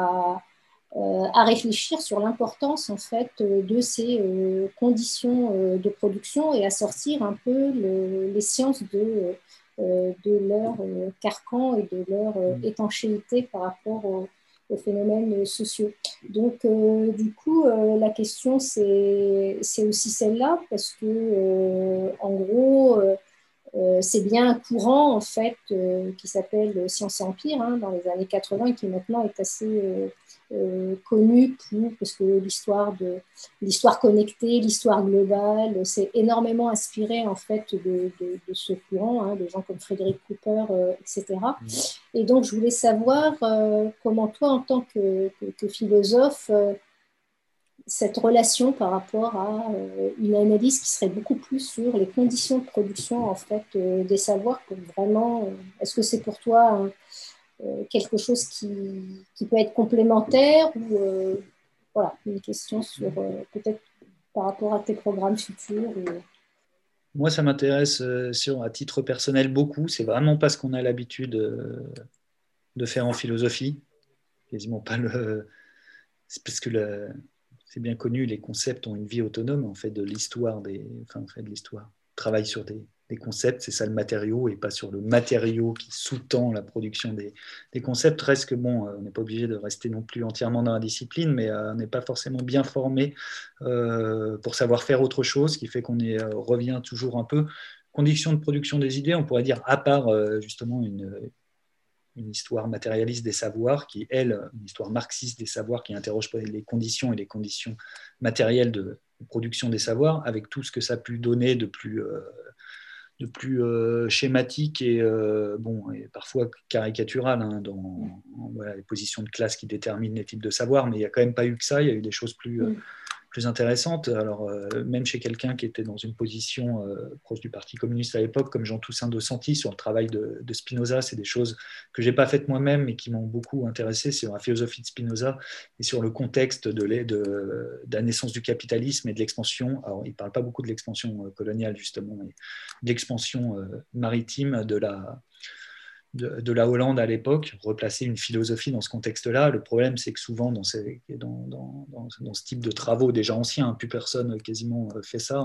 à réfléchir sur l'importance en fait de ces conditions de production et à sortir un peu les sciences de leur carcan et de leur étanchéité par rapport aux phénomènes sociaux. Donc, du coup, la question, c'est aussi celle-là, parce que, en gros, c'est bien un courant, en fait, qui s'appelle Science et Empire, hein, dans les années 80, et qui maintenant est assez connu parce que l'histoire connectée, l'histoire globale, c'est énormément inspiré, en fait, de ce courant, hein, des gens comme Frédéric Cooper, etc. Et donc, je voulais savoir comment toi, en tant que philosophe, cette relation par rapport à une analyse qui serait beaucoup plus sur les conditions de production en fait des savoirs pour vraiment. Est-ce que c'est pour toi quelque chose qui peut être complémentaire ou voilà une question sur peut-être par rapport à tes programmes futurs ou... Moi, ça m'intéresse à titre personnel beaucoup. C'est vraiment pas ce qu'on a l'habitude de faire en philosophie. Quasiment pas le. C'est parce que c'est bien connu, les concepts ont une vie autonome en fait de l'histoire de l'histoire. Travaille sur des concepts, c'est ça le matériau, et pas sur le matériau qui sous-tend la production des concepts. Reste que bon, on n'est pas obligé de rester non plus entièrement dans la discipline, mais on n'est pas forcément bien formé pour savoir faire autre chose, ce qui fait qu'on revient toujours un peu. Conditions de production des idées, on pourrait dire, à part justement une histoire matérialiste des savoirs, qui, elle, une histoire marxiste des savoirs, qui interroge les conditions et les conditions matérielles de production des savoirs, avec tout ce que ça a pu donner de plus schématique et, et parfois caricatural hein, dans voilà, les positions de classe qui déterminent les types de savoirs, mais il n'y a quand même pas eu que ça, il y a eu des choses plus intéressante. Alors, même chez quelqu'un qui était dans une position proche du Parti communiste à l'époque, comme Jean Toussaint de Santi, sur le travail de Spinoza, c'est des choses que je n'ai pas faites moi-même, mais qui m'ont beaucoup intéressé sur la philosophie de Spinoza et sur le contexte de la naissance du capitalisme et de l'expansion. Alors, il ne parle pas beaucoup de l'expansion coloniale, justement, mais de l'expansion maritime de la Hollande à l'époque, replacer une philosophie dans ce contexte-là. Le problème, c'est que souvent, dans ce type de travaux déjà anciens, plus personne quasiment fait ça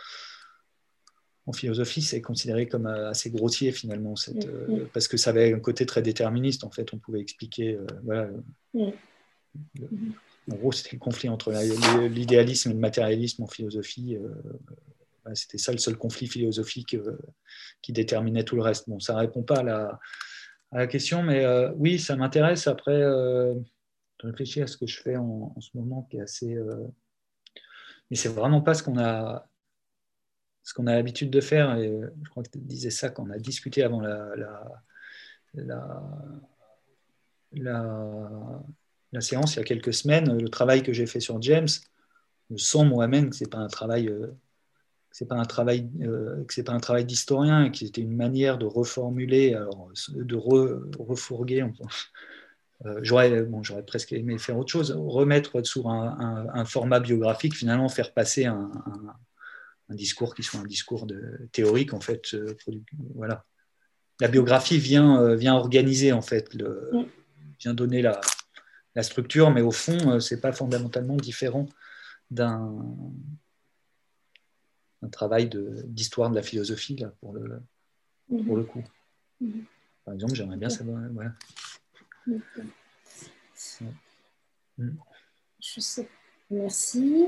en philosophie, c'est considéré comme assez grossier finalement, parce que ça avait un côté très déterministe. En fait, on pouvait expliquer, en gros, c'était le conflit entre l'idéalisme et le matérialisme en philosophie. C'était ça le seul conflit philosophique qui déterminait tout le reste. Bon, ça ne répond pas à la question, mais oui, ça m'intéresse. Après, de réfléchir à ce que je fais en ce moment, qui est assez... mais c'est vraiment pas ce qu'on a l'habitude de faire. Et je crois que tu disais ça quand on a discuté avant la séance, il y a quelques semaines. Le travail que j'ai fait sur James, je sens moi-même que c'est pas un travail... que c'est pas un travail d'historien, que c'était une manière de reformuler, alors, de refourguer. J'aurais presque aimé faire autre chose, remettre sur un format biographique, finalement faire passer un discours qui soit un discours théorique en fait. Voilà. La biographie vient organiser en fait, vient donner la structure, mais au fond, c'est pas fondamentalement différent d'un travail d'histoire de la philosophie là, pour le coup. Par exemple, j'aimerais bien savoir. Voilà. Je sais. Merci.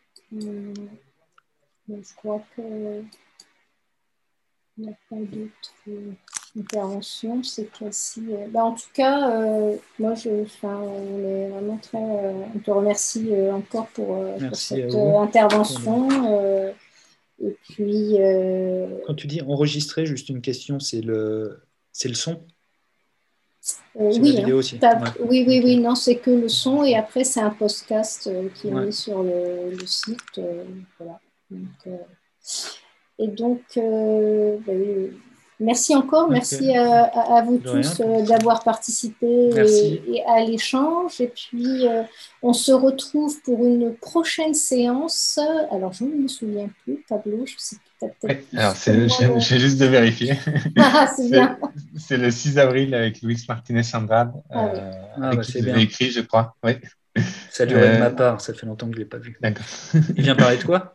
Je crois qu'il n'y a pas d'autres interventions. C'est classique. En tout cas, moi, on est vraiment très. On te remercie encore pour cette intervention. Et puis. Quand tu dis enregistrer, juste une question, c'est le son? Oui, la vidéo aussi. Oui, non, c'est que le son et après c'est un podcast qui est mis sur le site. Voilà. Donc, et donc, Merci encore, merci à vous tous d'avoir participé et à l'échange. Et puis, on se retrouve pour une prochaine séance. Alors, je ne me souviens plus, Pablo, je sais peut-être. Oui, alors, j'ai juste de vérifier. Ah, c'est bien. C'est le 6 avril avec Luis Martinez-Andrade, avec qui vous avez écrit, je crois. Oui. Saluerai de ma part, ça fait longtemps que je ne l'ai pas vu. D'accord. Il vient parler de quoi?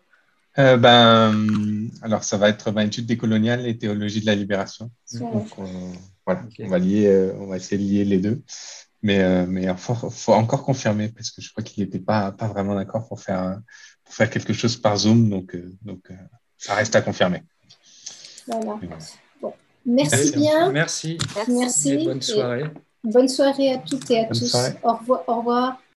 Alors, ça va être études décoloniales et théologie de la libération. Donc, voilà, okay. On va essayer de lier les deux. Mais il faut encore confirmer parce que je crois qu'il n'était pas vraiment d'accord pour faire quelque chose par Zoom. Donc ça reste à confirmer. Voilà. Bon. Merci bien. Merci. Merci. Et bonne soirée. Bonne soirée à toutes et à tous. Au revoir. Au revoir.